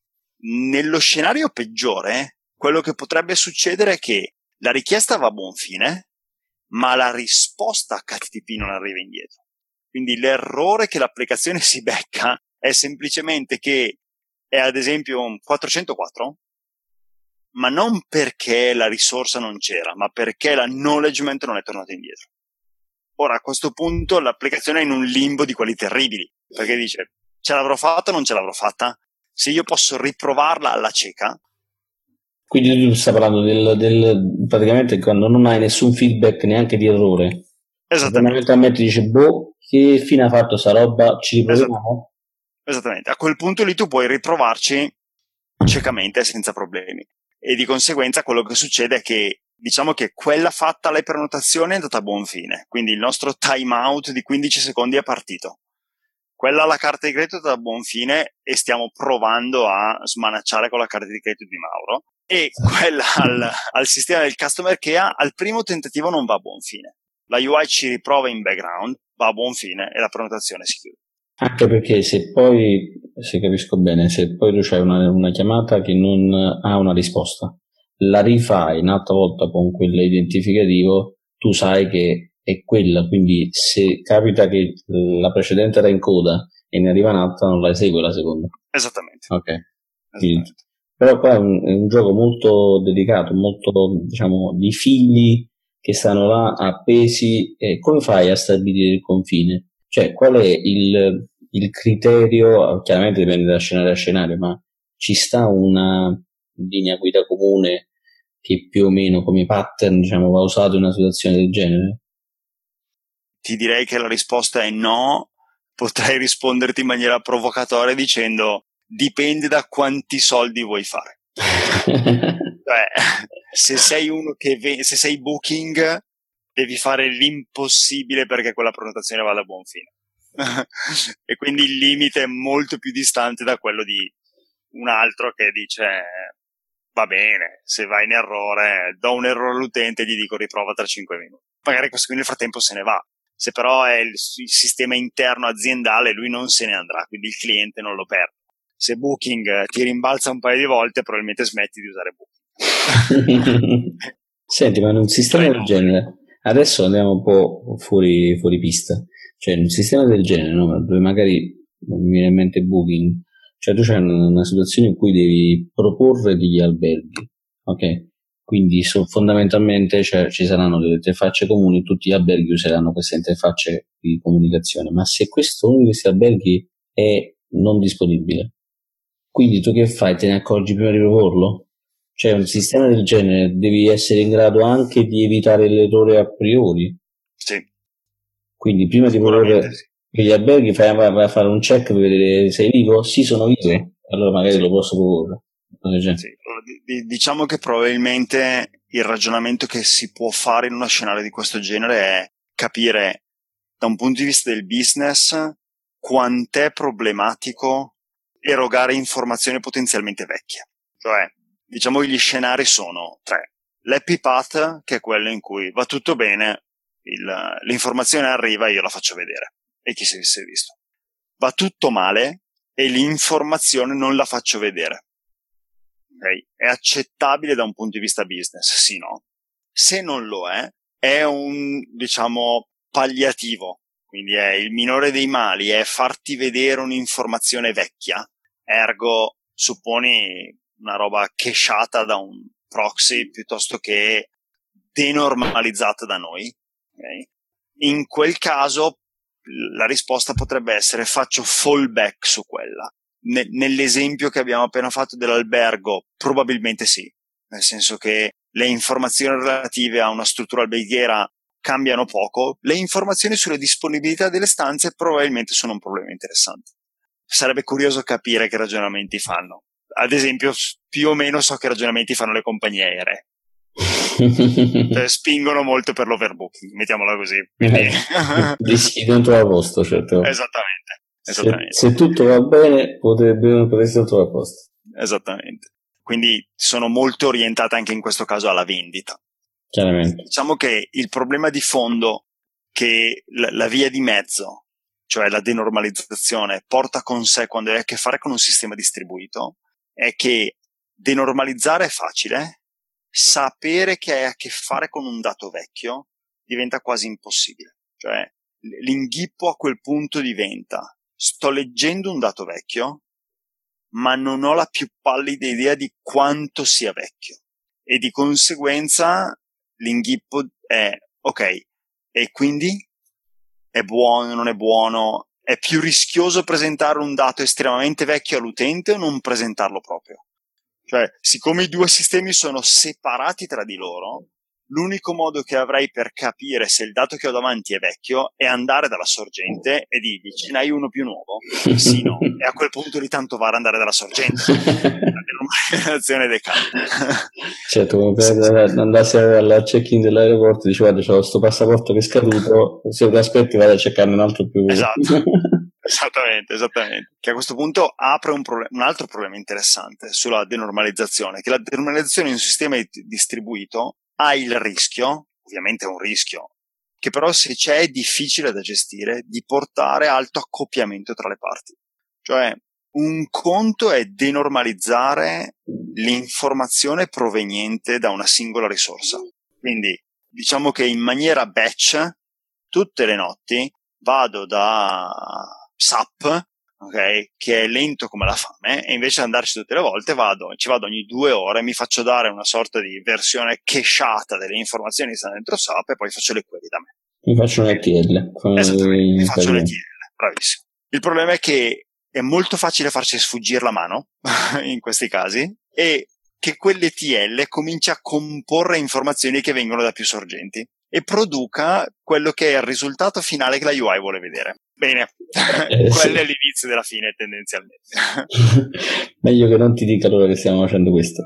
nello scenario peggiore, quello che potrebbe succedere è che la richiesta va a buon fine, ma la risposta HTTP non arriva indietro. Quindi l'errore che l'applicazione si becca è semplicemente che è ad esempio un 404, ma non perché la risorsa non c'era, ma perché l'acknowledgement non è tornato indietro. Ora, a questo punto l'applicazione è in un limbo di quelli terribili, perché dice ce l'avrò fatta o non ce l'avrò fatta? Se io posso riprovarla alla cieca. Quindi tu stai parlando praticamente quando non hai nessun feedback neanche di errore. Esattamente. Fondamentalmente dice, che fine ha fatto sta roba? Ci riproviamo? Esattamente. A quel punto lì tu puoi riprovarci ciecamente senza problemi. E di conseguenza quello che succede è che diciamo che quella fatta la prenotazione è andata a buon fine. Quindi il nostro timeout di 15 secondi è partito. Quella alla carta di credito da buon fine e stiamo provando a smanacciare con la carta di credito di Mauro, e quella al sistema del customer care al primo tentativo non va a buon fine. La UI ci riprova in background, va a buon fine e la prenotazione si chiude. Anche perché se poi, se capisco bene, se poi tu c'hai una chiamata che non ha una risposta, la rifai un'altra volta con quell'identificativo, tu sai che è quella, quindi se capita che la precedente era in coda e ne arriva un'altra, non la esegue la seconda. Esattamente. Ok. Esattamente. Però qua è un gioco molto dedicato, molto, diciamo, di fili che stanno là appesi. E come fai a stabilire il confine? Cioè, qual è il criterio? Chiaramente dipende da scenario a scenario, ma ci sta una linea guida comune che più o meno come pattern, diciamo, va usato in una situazione del genere? Ti direi che la risposta è no. Potrei risponderti in maniera provocatoria dicendo dipende da quanti soldi vuoi fare. Cioè, se sei uno se sei Booking, devi fare l'impossibile perché quella prenotazione vada a buon fine. E quindi il limite è molto più distante da quello di un altro che dice va bene, se vai in errore, do un errore all'utente e gli dico riprova tra 5 minuti. Magari questo qui nel frattempo se ne va. Se però è il sistema interno aziendale, lui non se ne andrà, quindi il cliente non lo perde. Se Booking ti rimbalza un paio di volte, probabilmente smetti di usare Booking. Senti, ma in un sistema del genere, adesso andiamo un po' fuori pista, cioè in un sistema del genere, no, dove magari mi viene in mente Booking, cioè tu c'hai una situazione in cui devi proporre degli alberghi, ok? Quindi fondamentalmente ci saranno delle interfacce comuni e tutti gli alberghi useranno queste interfacce di comunicazione, ma se uno di questi alberghi è non disponibile, quindi tu che fai? Te ne accorgi prima di proporlo? Cioè un sistema del genere devi essere in grado anche di evitare l'errore a priori. Sì. Quindi prima di proporre gli alberghi vai a fare un check per vedere sei vivo? Sì, sono vivo. Sì. Allora magari lo posso proporre. Sì. Diciamo che probabilmente il ragionamento che si può fare in uno scenario di questo genere è capire da un punto di vista del business quant'è problematico erogare informazioni potenzialmente vecchie. Cioè, diciamo che gli scenari sono tre. L'happy path, che è quello in cui va tutto bene, l'informazione arriva e io la faccio vedere. E chi si è visto. Va tutto male e l'informazione non la faccio vedere. Okay? È accettabile da un punto di vista business? Sì, no. Se non lo è un, diciamo, palliativo, quindi è il minore dei mali, è farti vedere un'informazione vecchia, ergo supponi una roba cachata da un proxy piuttosto che denormalizzata da noi, okay? In quel caso la risposta potrebbe essere: faccio fallback su quella. Nell'esempio che abbiamo appena fatto dell'albergo, probabilmente sì, nel senso che le informazioni relative a una struttura alberghiera cambiano poco, le informazioni sulle disponibilità delle stanze probabilmente sono un problema interessante. Sarebbe curioso capire che ragionamenti fanno. Ad esempio, più o meno so che ragionamenti fanno le compagnie aeree. Cioè, spingono molto per l'overbooking, mettiamola così. Quindi... rischi di non trovare posto, certo. Esattamente. Se tutto va bene, potresti non trovare posto. Esattamente. Quindi sono molto orientate anche in questo caso alla vendita. Chiaramente. Diciamo che il problema di fondo che la via di mezzo, cioè la denormalizzazione, porta con sé quando hai a che fare con un sistema distribuito, è che denormalizzare è facile, sapere che hai a che fare con un dato vecchio diventa quasi impossibile. Cioè l'inghippo a quel punto diventa: sto leggendo un dato vecchio, ma non ho la più pallida idea di quanto sia vecchio, e di conseguenza l'inghippo è: ok, e quindi è buono, non è buono? È più rischioso presentare un dato estremamente vecchio all'utente o non presentarlo proprio? Cioè, siccome i due sistemi sono separati tra di loro, l'unico modo che avrei per capire se il dato che ho davanti è vecchio è andare dalla sorgente e dirgli: ce n'hai uno più nuovo? Sì, no. E a quel punto di tanto vale andare dalla sorgente. La denormalizzazione decade. Certo, come andassi al check-in dell'aeroporto, dice: guarda, c'ho sto passaporto che è scaduto, se ti aspetti vado a cercarne un altro più. Esatto. Esattamente. Che a questo punto apre un altro problema interessante sulla denormalizzazione, che la denormalizzazione in un sistema distribuito ha il rischio, ovviamente è un rischio, che però se c'è è difficile da gestire, di portare alto accoppiamento tra le parti. Cioè, un conto è denormalizzare l'informazione proveniente da una singola risorsa. Quindi, diciamo che in maniera batch, tutte le notti vado da SAP, ok, che è lento come la fame, e invece di andarci tutte le volte ci vado ogni 2 ore, mi faccio dare una sorta di versione cachata delle informazioni che stanno dentro SAP e poi faccio le query da me. Mi faccio un ETL. Esattamente, mi faccio un ETL, bravissimo. Il problema è che è molto facile farci sfuggire la mano in questi casi, e che quell'ETL comincia a comporre informazioni che vengono da più sorgenti e produca quello che è il risultato finale che la UI vuole vedere. Bene, quello è l'inizio della fine tendenzialmente. Meglio che non ti dica loro che stiamo facendo questo.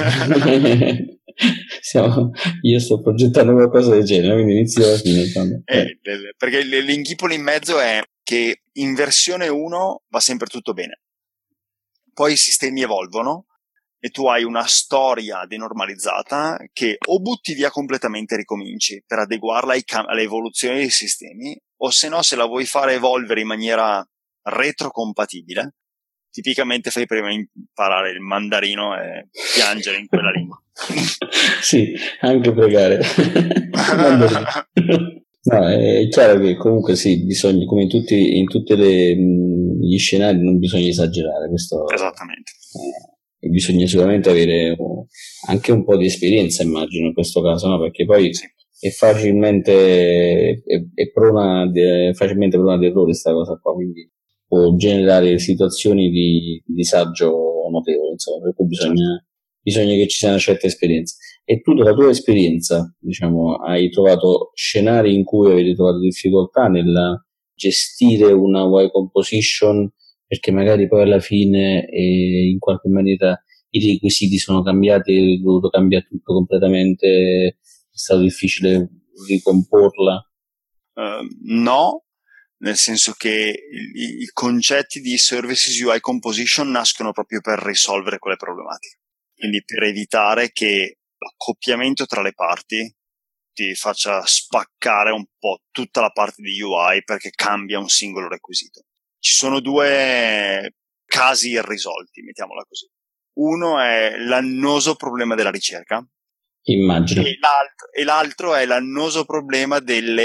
Io sto progettando qualcosa del genere, quindi inizio dalla fine. Perché l'inghippo lì in mezzo è che in versione 1 va sempre tutto bene, poi i sistemi evolvono e tu hai una storia denormalizzata che o butti via completamente e ricominci per adeguarla alle evoluzioni dei sistemi, o se no, se la vuoi fare evolvere in maniera retrocompatibile, tipicamente fai prima imparare il mandarino e piangere in quella lingua. Sì, anche pregare. No, è chiaro che comunque sì, bisogna, come in tutti gli scenari, non bisogna esagerare, questo. Esattamente. E bisogna sicuramente avere anche un po' di esperienza, immagino, in questo caso, no? Perché poi sì, è facilmente prona di errore questa cosa qua, quindi può generare situazioni di disagio notevole, insomma, per cui bisogna che ci sia una certa esperienza. E tu, dalla tua esperienza, diciamo, hai trovato scenari in cui avete trovato difficoltà nel gestire una Y composition, perché magari poi alla fine in qualche maniera i requisiti sono cambiati, hai dovuto cambiare tutto completamente, è stato difficile ricomporla? No, nel senso che i concetti di Services UI Composition nascono proprio per risolvere quelle problematiche, quindi per evitare che l'accoppiamento tra le parti ti faccia spaccare un po' tutta la parte di UI perché cambia un singolo requisito. Ci sono 2 casi irrisolti, mettiamola così. Uno è l'annoso problema della ricerca. Immagino. E l'altro è l'annoso problema delle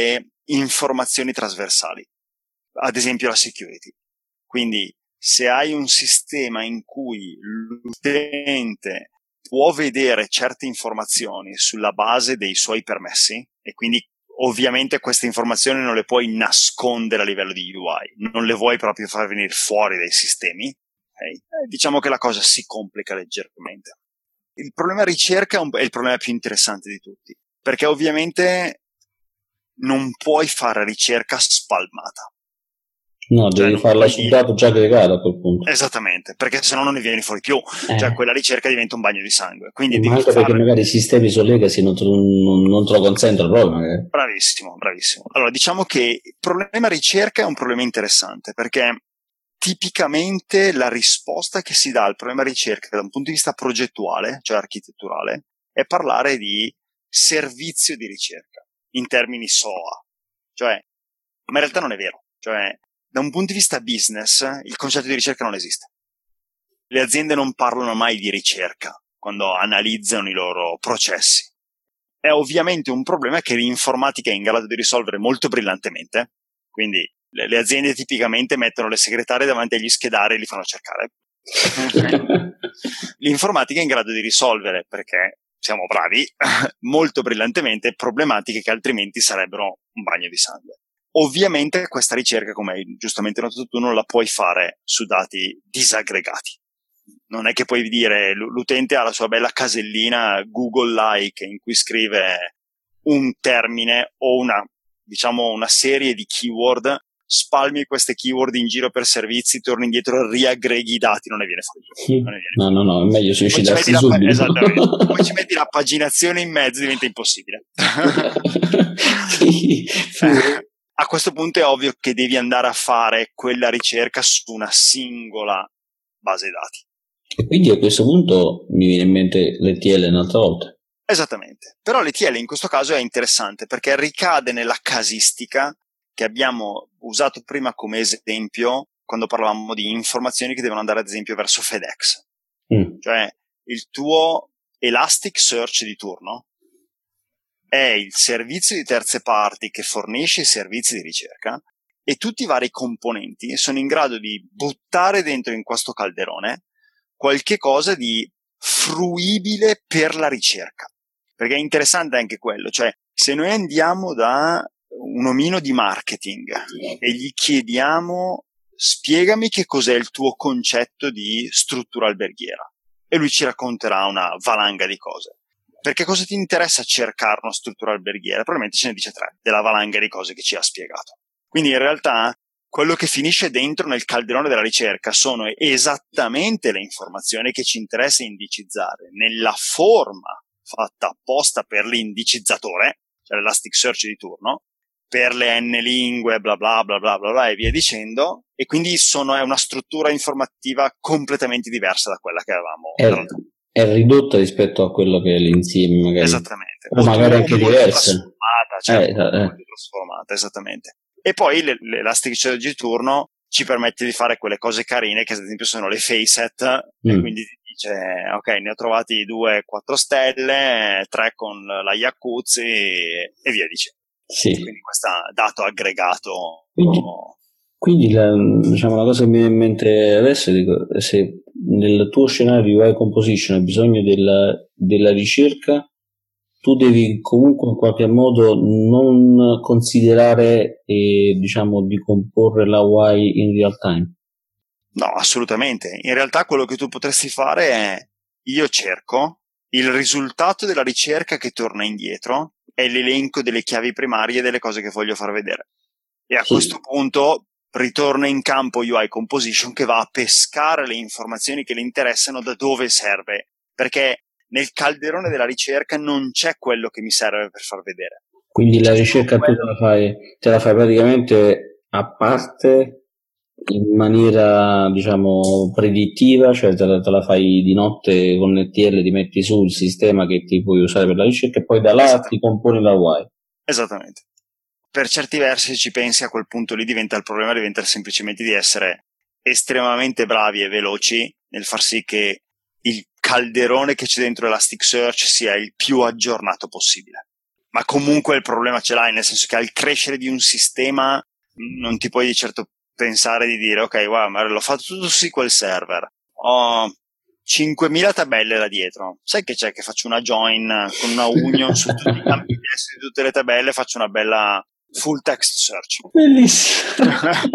informazioni trasversali, ad esempio la security. Quindi se hai un sistema in cui l'utente può vedere certe informazioni sulla base dei suoi permessi, e quindi ovviamente queste informazioni non le puoi nascondere a livello di UI, non le vuoi proprio far venire fuori dai sistemi, okay? Diciamo che la cosa si complica leggermente. Il problema ricerca è il problema più interessante di tutti, perché ovviamente non puoi fare ricerca spalmata. No, Cioè, devi farla sul dato già aggregato a quel punto. Esattamente, perché se no non ne vieni fuori più. Cioè, quella ricerca diventa un bagno di sangue. Quindi Ma anche perché magari i sistemi su legacy non te lo consentono proprio. Magari. Bravissimo. Allora, diciamo che il problema ricerca è un problema interessante, perché tipicamente la risposta che si dà al problema ricerca da un punto di vista progettuale, cioè architetturale, è parlare di servizio di ricerca, in termini SOA. Cioè, ma in realtà non è vero. Cioè, da un punto di vista business, il concetto di ricerca non esiste. Le aziende non parlano mai di ricerca quando analizzano i loro processi. È ovviamente un problema che l'informatica è in grado di risolvere molto brillantemente. Quindi le aziende tipicamente mettono le segretarie davanti agli schedari e li fanno cercare. L'informatica è in grado di risolvere, perché siamo bravi, molto brillantemente problematiche che altrimenti sarebbero un bagno di sangue. Ovviamente questa ricerca, come hai giustamente notato tu, non la puoi fare su dati disaggregati. Non è che puoi dire l'utente ha la sua bella casellina Google-like in cui scrive un termine o una serie di keyword, spalmi queste keyword in giro per servizi, torni indietro, riaggreghi i dati, non ne viene fuori. No, è meglio suicidarsi subito. Esattamente. Poi ci metti la paginazione in mezzo, diventa impossibile. A questo punto è ovvio che devi andare a fare quella ricerca su una singola base dati. E quindi a questo punto mi viene in mente l'ETL un'altra volta. Esattamente, però l'ETL in questo caso è interessante perché ricade nella casistica che abbiamo usato prima come esempio quando parlavamo di informazioni che devono andare ad esempio verso FedEx. Cioè il tuo Elasticsearch di turno è il servizio di terze parti che fornisce i servizi di ricerca e tutti i vari componenti sono in grado di buttare dentro in questo calderone qualche cosa di fruibile per la ricerca. Perché è interessante anche quello, cioè se noi andiamo da un omino di marketing e gli chiediamo spiegami che cos'è il tuo concetto di struttura alberghiera e lui ci racconterà una valanga di cose. Perché cosa ti interessa cercare una struttura alberghiera? Probabilmente ce ne dice 3 della valanga di cose che ci ha spiegato. Quindi in realtà quello che finisce dentro nel calderone della ricerca sono esattamente le informazioni che ci interessa indicizzare nella forma fatta apposta per l'indicizzatore, cioè l'Elasticsearch di turno, per le n lingue, bla bla bla bla bla bla e via dicendo, e quindi è una struttura informativa completamente diversa da quella che avevamo. È ridotta rispetto a quello che è l'insieme, magari. Esattamente. O magari anche diversa. Trasformata, esattamente. E poi l'Elasticsearch di turno ci permette di fare quelle cose carine che ad esempio sono le facet e quindi ti dice ok, ne ho trovati 2 4 stelle, 3 con la Jacuzzi e via dicendo. Sì. Quindi questo dato aggregato. Quindi la cosa che mi viene in mente adesso è se nel tuo scenario di UI composition hai bisogno della ricerca, tu devi comunque in qualche modo non considerare di comporre la UI in real time. No, assolutamente. In realtà quello che tu potresti fare è io cerco, il risultato della ricerca che torna indietro è l'elenco delle chiavi primarie delle cose che voglio far vedere. E a questo punto ritorna in campo UI composition che va a pescare le informazioni che le interessano da dove serve, perché nel calderone della ricerca non c'è quello che mi serve per far vedere. Quindi la ricerca tu te la fai praticamente a parte in maniera predittiva, cioè te la fai di notte con l'ETL, ti metti sul sistema che ti puoi usare per la ricerca e poi da là ti componi la UI. Esattamente. Per certi versi, se ci pensi, a quel punto lì il problema diventa semplicemente di essere estremamente bravi e veloci nel far sì che il calderone che c'è dentro Elasticsearch sia il più aggiornato possibile. ma comunque il problema ce l'hai, nel senso che al crescere di un sistema non ti puoi di certo pensare di dire ok, guarda, ma l'ho fatto tutto su SQL Server, ho 5.000 tabelle là dietro, sai che c'è che faccio una join con una union su tutti i campi di testo di tutte le tabelle, faccio una bella full text search. Bellissimo.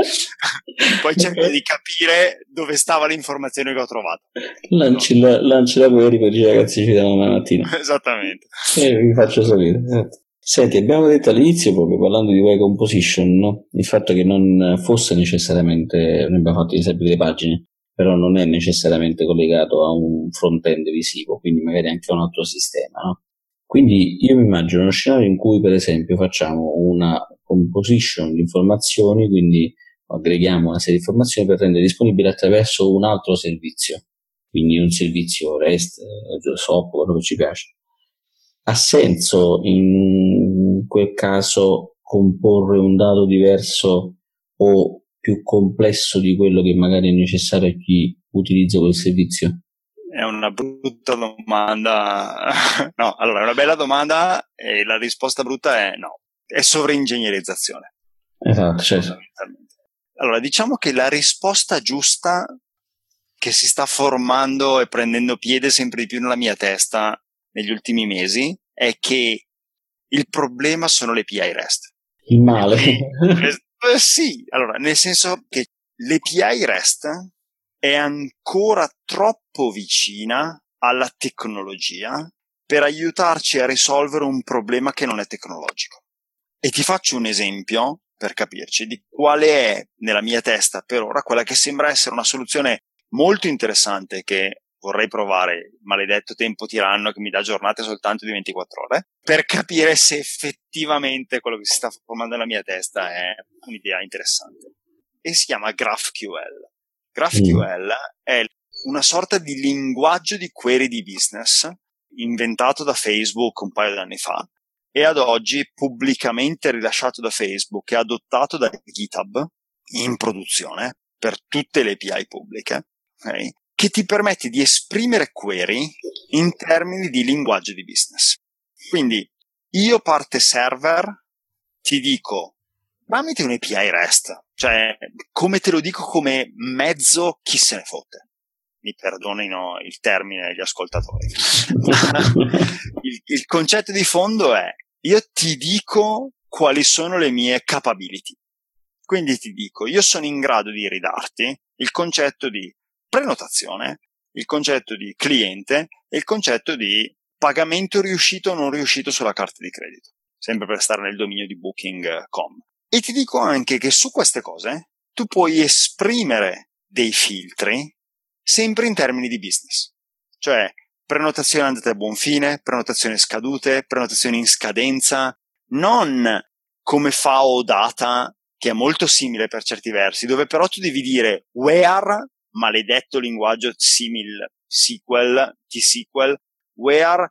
Poi cerco di capire dove stava l'informazione che ho trovato. Lanci la query, poi dici ragazzi ci vediamo domani mattina. Esattamente. E vi faccio sapere. Senti, abbiamo detto all'inizio, proprio parlando di web composition, no? Il fatto che non fosse necessariamente, noi abbiamo fatto gli esempi delle pagine, però non è necessariamente collegato a un front-end visivo, quindi magari anche a un altro sistema, no? Quindi io mi immagino uno scenario in cui, per esempio, facciamo una composition di informazioni, quindi aggreghiamo una serie di informazioni per rendere disponibile attraverso un altro servizio, quindi un servizio REST, SOAP, quello che ci piace. Ha senso in quel caso comporre un dato diverso o più complesso di quello che magari è necessario a chi utilizza quel servizio? È una brutta domanda. No, allora è una bella domanda e la risposta brutta è no. È sovraingegnerizzazione. Esatto, certo. Allora, diciamo che la risposta giusta che si sta formando e prendendo piede sempre di più nella mia testa negli ultimi mesi è che il problema sono le API REST. Il male. Sì, allora, nel senso che l'API REST è ancora troppo vicina alla tecnologia per aiutarci a risolvere un problema che non è tecnologico. E ti faccio un esempio per capirci di quale è nella mia testa per ora quella che sembra essere una soluzione molto interessante che vorrei provare, il maledetto tempo tiranno che mi dà giornate soltanto di 24 ore, per capire se effettivamente quello che si sta formando nella mia testa è un'idea interessante. E si chiama GraphQL. GraphQL è una sorta di linguaggio di query di business inventato da Facebook un paio di anni fa e ad oggi pubblicamente rilasciato da Facebook e adottato da GitHub in produzione per tutte le API pubbliche, okay? Che ti permette di esprimere query in termini di linguaggio di business. Quindi io parte server ti dico tramite un API REST, cioè come te lo dico come mezzo chi se ne fotte. Mi perdonino il termine gli ascoltatori. il concetto di fondo è io ti dico quali sono le mie capability. Quindi ti dico, io sono in grado di ridarti il concetto di prenotazione, il concetto di cliente e il concetto di pagamento riuscito o non riuscito sulla carta di credito, sempre per stare nel dominio di Booking.com. E ti dico anche che su queste cose tu puoi esprimere dei filtri sempre in termini di business, cioè prenotazioni andate a buon fine, prenotazioni scadute, prenotazioni in scadenza, non come fa OData, che è molto simile per certi versi, dove però tu devi dire where, maledetto linguaggio simil SQL, T-SQL, where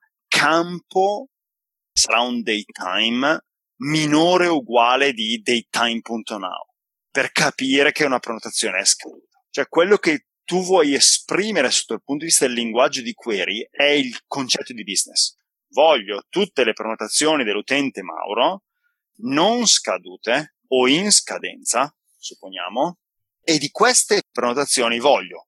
campo sarà un datetime minore o uguale di datetime.now per capire che una prenotazione è scaduta. Cioè quello che tu vuoi esprimere sotto il punto di vista del linguaggio di query è il concetto di business. Voglio tutte le prenotazioni dell'utente Mauro non scadute o in scadenza, supponiamo, e di queste prenotazioni voglio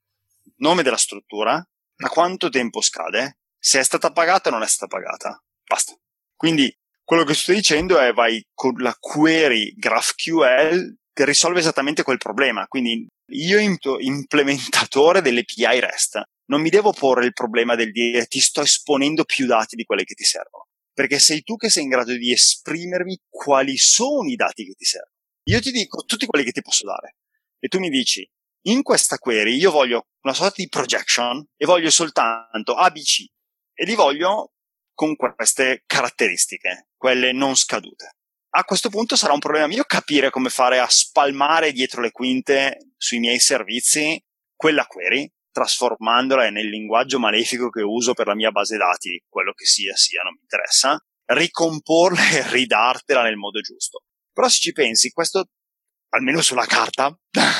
nome della struttura, da quanto tempo scade, se è stata pagata o non è stata pagata. Basta. Quindi quello che sto dicendo è vai con la query GraphQL che risolve esattamente quel problema. Quindi io implementatore delle API REST non mi devo porre il problema del dire ti sto esponendo più dati di quelli che ti servono, perché sei tu che sei in grado di esprimermi quali sono i dati che ti servono. Io ti dico tutti quelli che ti posso dare e tu mi dici in questa query io voglio una sorta di projection e voglio soltanto ABC e li voglio con queste caratteristiche, quelle non scadute. A questo punto sarà un problema mio capire come fare a spalmare dietro le quinte sui miei servizi quella query, trasformandola nel linguaggio malefico che uso per la mia base dati, quello che sia, non mi interessa, ricomporla e ridartela nel modo giusto. Però se ci pensi, questo, almeno sulla carta,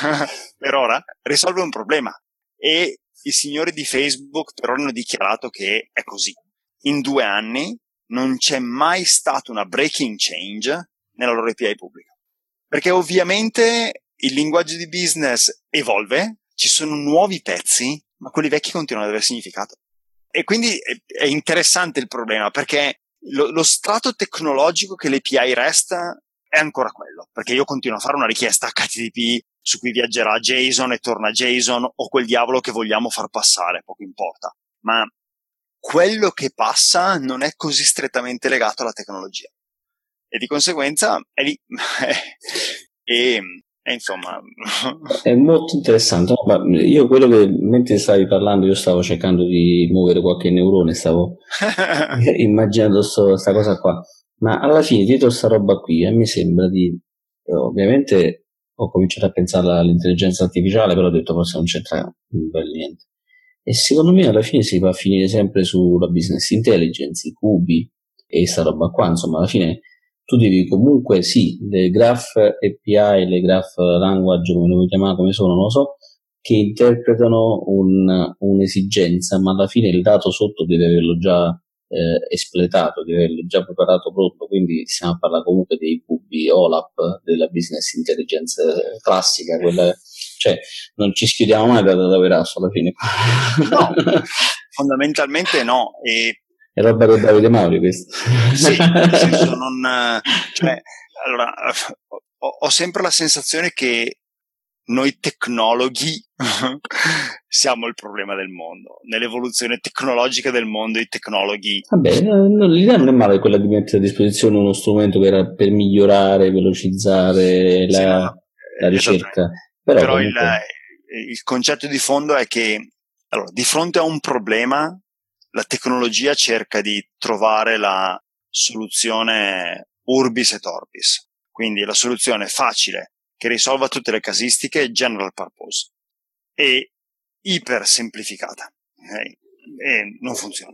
per ora, risolve un problema. E i signori di Facebook per ora hanno dichiarato che è così. In 2 anni non c'è mai stata una breaking change nella loro API pubblica. Perché ovviamente il linguaggio di business evolve, ci sono nuovi pezzi, ma quelli vecchi continuano ad avere significato. E quindi è interessante il problema, perché lo strato tecnologico che l'API resta è ancora quello, perché io continuo a fare una richiesta HTTP su cui viaggerà JSON e torna JSON o quel diavolo che vogliamo far passare, poco importa. Ma quello che passa non è così strettamente legato alla tecnologia. E di conseguenza è lì. e insomma. È molto interessante, no? Ma io quello che mentre stavi parlando io stavo cercando di muovere qualche neurone, stavo immaginando sta cosa qua, ma alla fine dietro sta roba qui a me sembra di ovviamente ho cominciato a pensare all'intelligenza artificiale, però ho detto forse non c'entra un bel niente, e secondo me alla fine si va a finire sempre sulla business intelligence, i cubi e sta roba qua, insomma alla fine tu devi comunque, sì, le graph API, le graph language, come lo vuoi chiamare, come sono, non lo so, che interpretano un'esigenza, ma alla fine il dato sotto deve averlo già espletato, deve averlo già preparato pronto, quindi stiamo a parlare comunque dei cubi OLAP, della business intelligence classica, quella, cioè non ci schiudiamo mai da Verasso alla fine. No, fondamentalmente no, è roba del Davide Mauri questo. Sì, nel senso cioè, allora, ho sempre la sensazione che noi tecnologhi siamo il problema del mondo. Nell'evoluzione tecnologica del mondo i tecnologhi... Vabbè, l'idea non è male quella di mettere a disposizione uno strumento per migliorare, velocizzare la ricerca. Però comunque... il concetto di fondo è che allora, di fronte a un problema la tecnologia cerca di trovare la soluzione urbis et orbis, quindi la soluzione facile che risolva tutte le casistiche, general purpose, e iper semplificata, okay? E non funziona.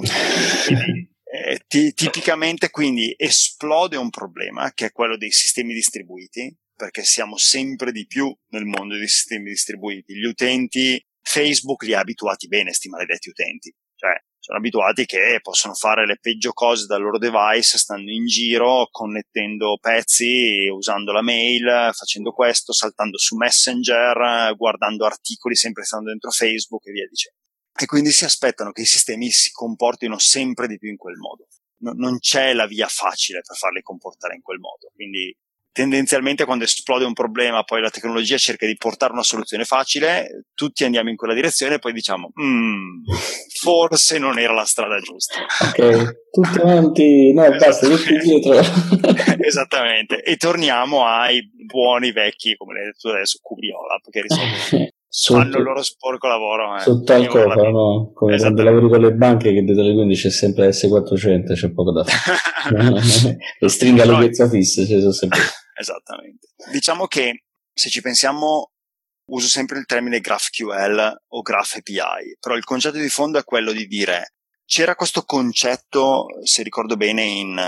Quindi, tipicamente quindi esplode un problema che è quello dei sistemi distribuiti, perché siamo sempre di più nel mondo dei sistemi distribuiti. Gli utenti, Facebook li ha abituati bene, sti maledetti utenti, cioè sono abituati che possono fare le peggio cose dal loro device stando in giro, connettendo pezzi, usando la mail, facendo questo, saltando su Messenger, guardando articoli sempre stando dentro Facebook e via dicendo. E quindi si aspettano che i sistemi si comportino sempre di più in quel modo. Non c'è la via facile per farli comportare in quel modo. Quindi tendenzialmente quando esplode un problema poi la tecnologia cerca di portare una soluzione facile, tutti andiamo in quella direzione e poi diciamo forse non era la strada giusta. Ok, tutti avanti, no basta, tutti dietro. Esattamente, e torniamo ai buoni vecchi, come l'hai detto adesso, Cubiola, che risolvono fanno il loro sporco lavoro. Sotto al cofano, no? Come quando lavori con le banche che dietro le 15 c'è sempre S400, c'è poco da fare. E stringa la piezza fissa, cioè, sono sempre... Esattamente. Diciamo che se ci pensiamo, uso sempre il termine GraphQL o Graph API, però il concetto di fondo è quello di dire c'era questo concetto, se ricordo bene,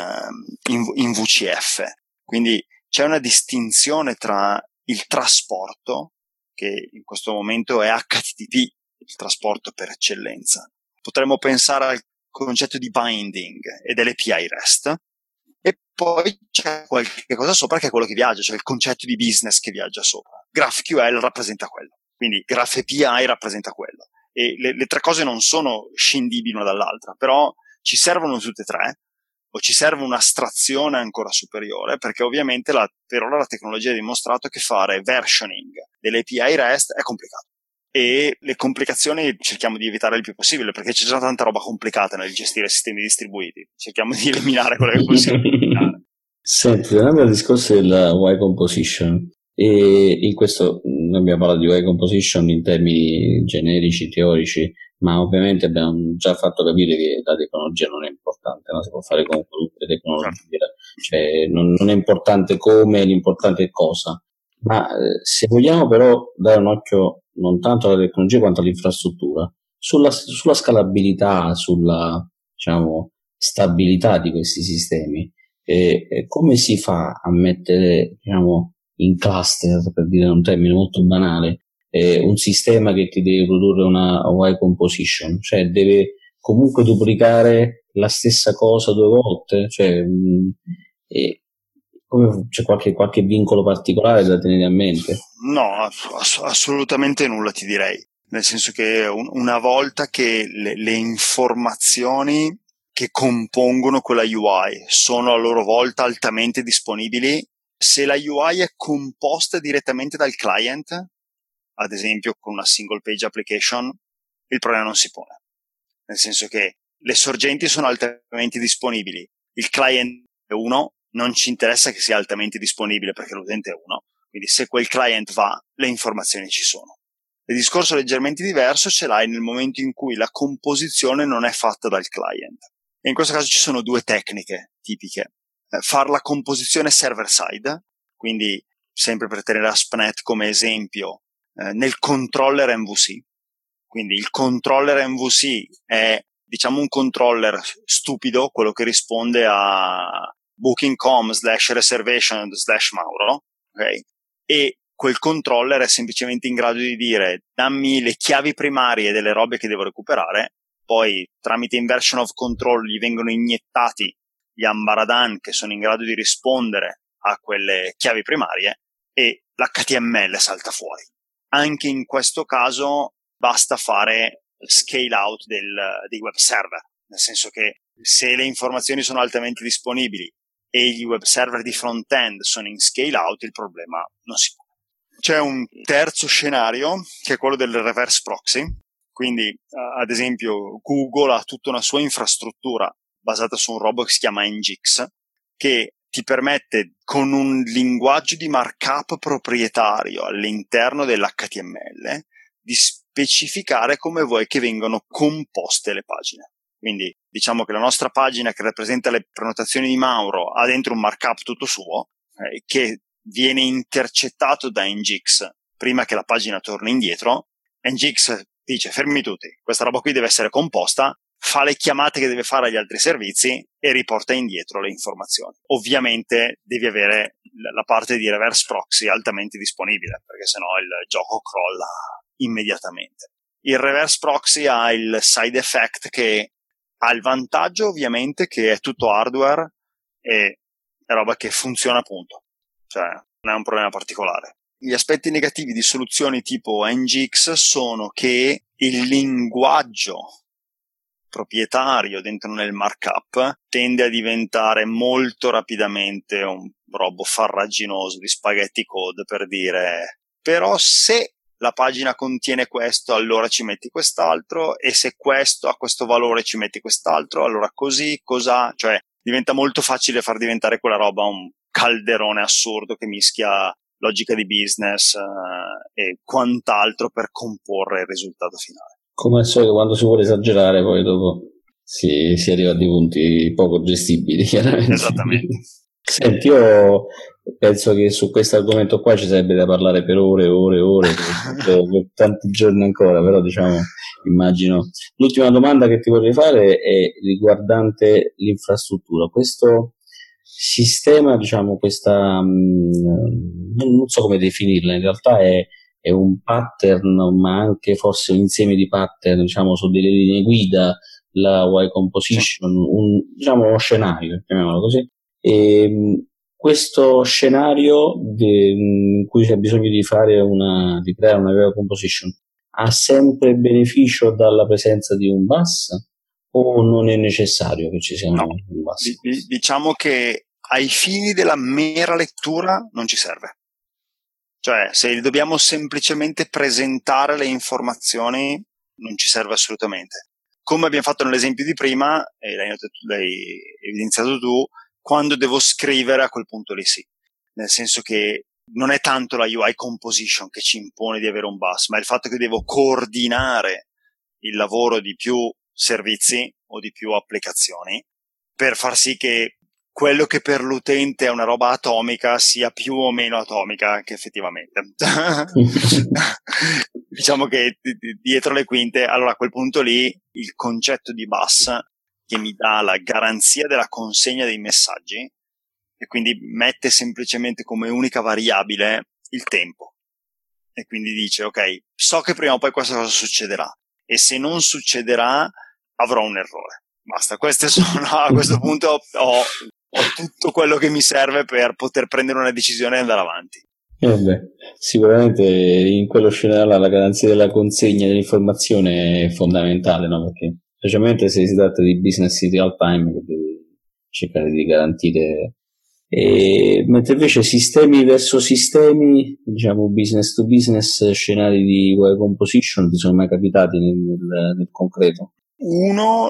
in VCF, quindi c'è una distinzione tra il trasporto, che in questo momento è HTTP, il trasporto per eccellenza. Potremmo pensare al concetto di binding e dell'API REST, e poi c'è qualche cosa sopra che è quello che viaggia, cioè il concetto di business che viaggia sopra. GraphQL rappresenta quello, quindi Graph API rappresenta quello. E le tre cose non sono scindibili una dall'altra, però ci servono tutte e tre, o ci serve un'astrazione ancora superiore, perché ovviamente per ora la tecnologia ha dimostrato che fare versioning delle API REST è complicato. E le complicazioni cerchiamo di evitare il più possibile, perché c'è già tanta roba complicata nel gestire sistemi distribuiti. Cerchiamo di eliminare quello che possiamo eliminare. Senti, tornando al discorso della Y composition, e in questo noi abbiamo parlato di Y composition in termini generici, teorici, ma ovviamente abbiamo già fatto capire che la tecnologia non è importante, no? Si può fare con qualunque tecnologia, cioè non è importante come, l'importante è cosa. Ma se vogliamo però dare un occhio non tanto alla tecnologia quanto all'infrastruttura, sulla scalabilità, sulla, diciamo, stabilità di questi sistemi, come si fa a mettere, diciamo, in cluster, per dire un termine molto banale, un sistema che ti deve produrre una Y composition, cioè comunque duplicare la stessa cosa due volte? Cioè, c'è qualche vincolo particolare da tenere a mente? No, assolutamente nulla, ti direi. Nel senso che una volta che le informazioni che compongono quella UI sono a loro volta altamente disponibili, se la UI è composta direttamente dal client, ad esempio con una single page application, il problema non si pone. Nel senso che le sorgenti sono altamente disponibili, il client è uno, non ci interessa che sia altamente disponibile perché l'utente è uno, quindi se quel client va, le informazioni ci sono. Il discorso leggermente diverso ce l'hai nel momento in cui la composizione non è fatta dal client. E in questo caso ci sono due tecniche tipiche. Far la composizione server-side, quindi sempre per tenere ASP.NET come esempio, nel controller MVC. Quindi il controller MVC è, diciamo, un controller stupido, quello che risponde a booking.com/reservation/Mauro, ok? E quel controller è semplicemente in grado di dire dammi le chiavi primarie delle robe che devo recuperare, poi tramite inversion of control gli vengono iniettati gli ambaradan che sono in grado di rispondere a quelle chiavi primarie e l'HTML salta fuori. Anche in questo caso basta fare scale out dei web server, nel senso che se le informazioni sono altamente disponibili e gli web server di front-end sono in scale out, il problema non si pone. C'è un terzo scenario che è quello del reverse proxy, quindi ad esempio Google ha tutta una sua infrastruttura basata su un robot che si chiama Nginx, che ti permette con un linguaggio di markup proprietario all'interno dell'HTML di specificare come vuoi che vengano composte le pagine. Quindi diciamo che la nostra pagina che rappresenta le prenotazioni di Mauro ha dentro un markup tutto suo, che viene intercettato da Nginx prima che la pagina torni indietro. Nginx dice fermi tutti, questa roba qui deve essere composta, fa le chiamate che deve fare agli altri servizi e riporta indietro le informazioni. Ovviamente devi avere la parte di reverse proxy altamente disponibile, perché sennò il gioco crolla immediatamente. Il reverse proxy ha il side effect che ha il vantaggio ovviamente che è tutto hardware e è roba che funziona appunto, cioè non è un problema particolare. Gli aspetti negativi di soluzioni tipo Nginx sono che il linguaggio proprietario dentro nel markup tende a diventare molto rapidamente un robo farraginoso di spaghetti code per dire però se la pagina contiene questo allora ci metti quest'altro e se questo ha questo valore ci metti quest'altro allora così cosa, cioè diventa molto facile far diventare quella roba un calderone assurdo che mischia logica di business e quant'altro per comporre il risultato finale. Come al solito, quando si vuole esagerare, poi dopo si arriva a dei punti poco gestibili, chiaramente. Esattamente. Senti, io penso che su questo argomento qua ci sarebbe da parlare per ore e ore e ore, per tanti giorni ancora, però diciamo, immagino. L'ultima domanda che ti vorrei fare è riguardante l'infrastruttura. Questo sistema, diciamo, non so come definirla, in realtà è un pattern, ma anche forse un insieme di pattern, diciamo, su delle linee guida, la Y composition, diciamo uno scenario, chiamiamolo così. E questo scenario in cui c'è bisogno di creare una Y composition ha sempre beneficio dalla presenza di un bus o non è necessario che ci sia un bus? Diciamo che ai fini della mera lettura non ci serve. Cioè, se dobbiamo semplicemente presentare le informazioni, non ci serve assolutamente. Come abbiamo fatto nell'esempio di prima, e l'hai evidenziato tu, quando devo scrivere a quel punto lì sì. Nel senso che non è tanto la UI composition che ci impone di avere un bus, ma il fatto che devo coordinare il lavoro di più servizi o di più applicazioni per far sì che quello che per l'utente è una roba atomica sia più o meno atomica che effettivamente. Diciamo che dietro le quinte, allora a quel punto lì il concetto di bus che mi dà la garanzia della consegna dei messaggi e quindi mette semplicemente come unica variabile il tempo e quindi dice ok, so che prima o poi questa cosa succederà e se non succederà avrò un errore. Basta, queste sono, a questo punto ho tutto quello che mi serve per poter prendere una decisione e andare avanti. Vabbè, sicuramente in quello scenario la garanzia della consegna dell'informazione è fondamentale, no? Perché specialmente se si tratta di business in real time che devi cercare di garantire. Mentre invece sistemi verso sistemi, diciamo business to business, scenari di web composition ti sono mai capitati nel concreto? Uno,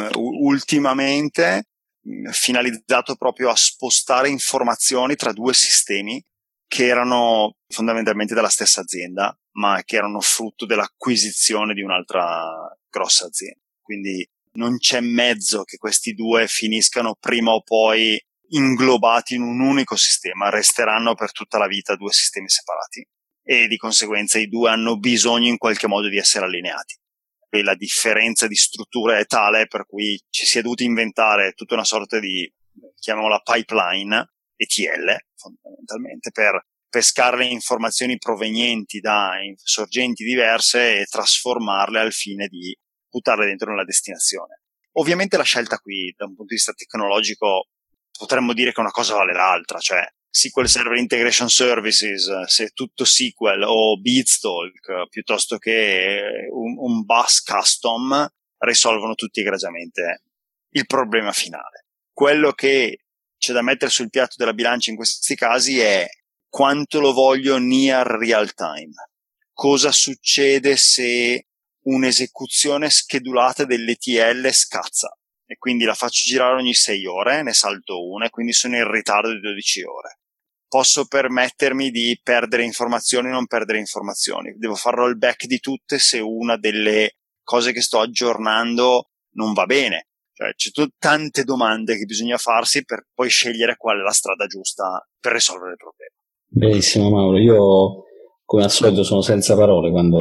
ultimamente, finalizzato proprio a spostare informazioni tra due sistemi che erano fondamentalmente della stessa azienda, ma che erano frutto dell'acquisizione di un'altra grossa azienda. Quindi non c'è mezzo che questi due finiscano prima o poi inglobati in un unico sistema, resteranno per tutta la vita due sistemi separati e di conseguenza i due hanno bisogno in qualche modo di essere allineati. E la differenza di struttura è tale per cui ci si è dovuti inventare tutta una sorta di, chiamiamola pipeline, ETL fondamentalmente, per pescare le informazioni provenienti da sorgenti diverse e trasformarle al fine di buttarle dentro nella destinazione. Ovviamente la scelta qui da un punto di vista tecnologico potremmo dire che una cosa vale l'altra, cioè SQL Server Integration Services, se è tutto SQL o Beanstalk piuttosto che un bus custom, risolvono tutti egregiamente il problema finale. Quello che c'è da mettere sul piatto della bilancia in questi casi è quanto lo voglio near real time. Cosa succede se un'esecuzione schedulata dell'ETL scazza e quindi la faccio girare ogni 6 ore, ne salto una e quindi sono in ritardo di 12 ore. Posso permettermi di perdere informazioni o non perdere informazioni. Devo fare rollback di tutte se una delle cose che sto aggiornando non va bene. Cioè, c'è tante domande che bisogna farsi per poi scegliere qual è la strada giusta per risolvere il problema. Benissimo Mauro, io come al solito sono senza parole quando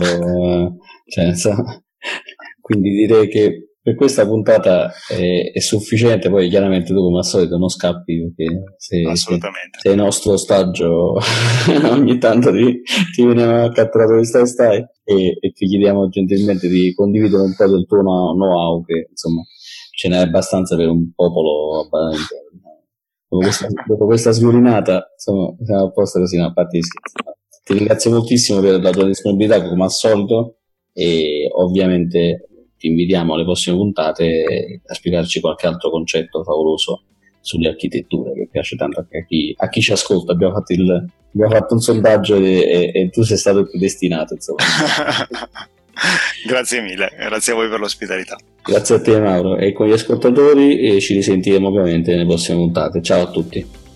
quindi direi che per questa puntata è sufficiente, poi chiaramente tu come al solito non scappi perché sei nostro ostaggio ogni tanto ti veniamo a catturare dove stai e ti chiediamo gentilmente di condividere un po' del tuo know-how che insomma ce n'è abbastanza per un popolo abbastanza. Dopo questa sviolinata insomma siamo a posto così, no, a parte ti ringrazio moltissimo per la tua disponibilità come al solito e ovviamente ti invitiamo alle prossime puntate a spiegarci qualche altro concetto favoloso sulle architetture che piace tanto anche a chi ci ascolta. Abbiamo fatto un sondaggio e tu sei stato il predestinato insomma. Grazie mille, grazie a voi per l'ospitalità. Grazie a te Mauro e con gli ascoltatori ci risentiremo ovviamente nelle prossime puntate. Ciao a tutti.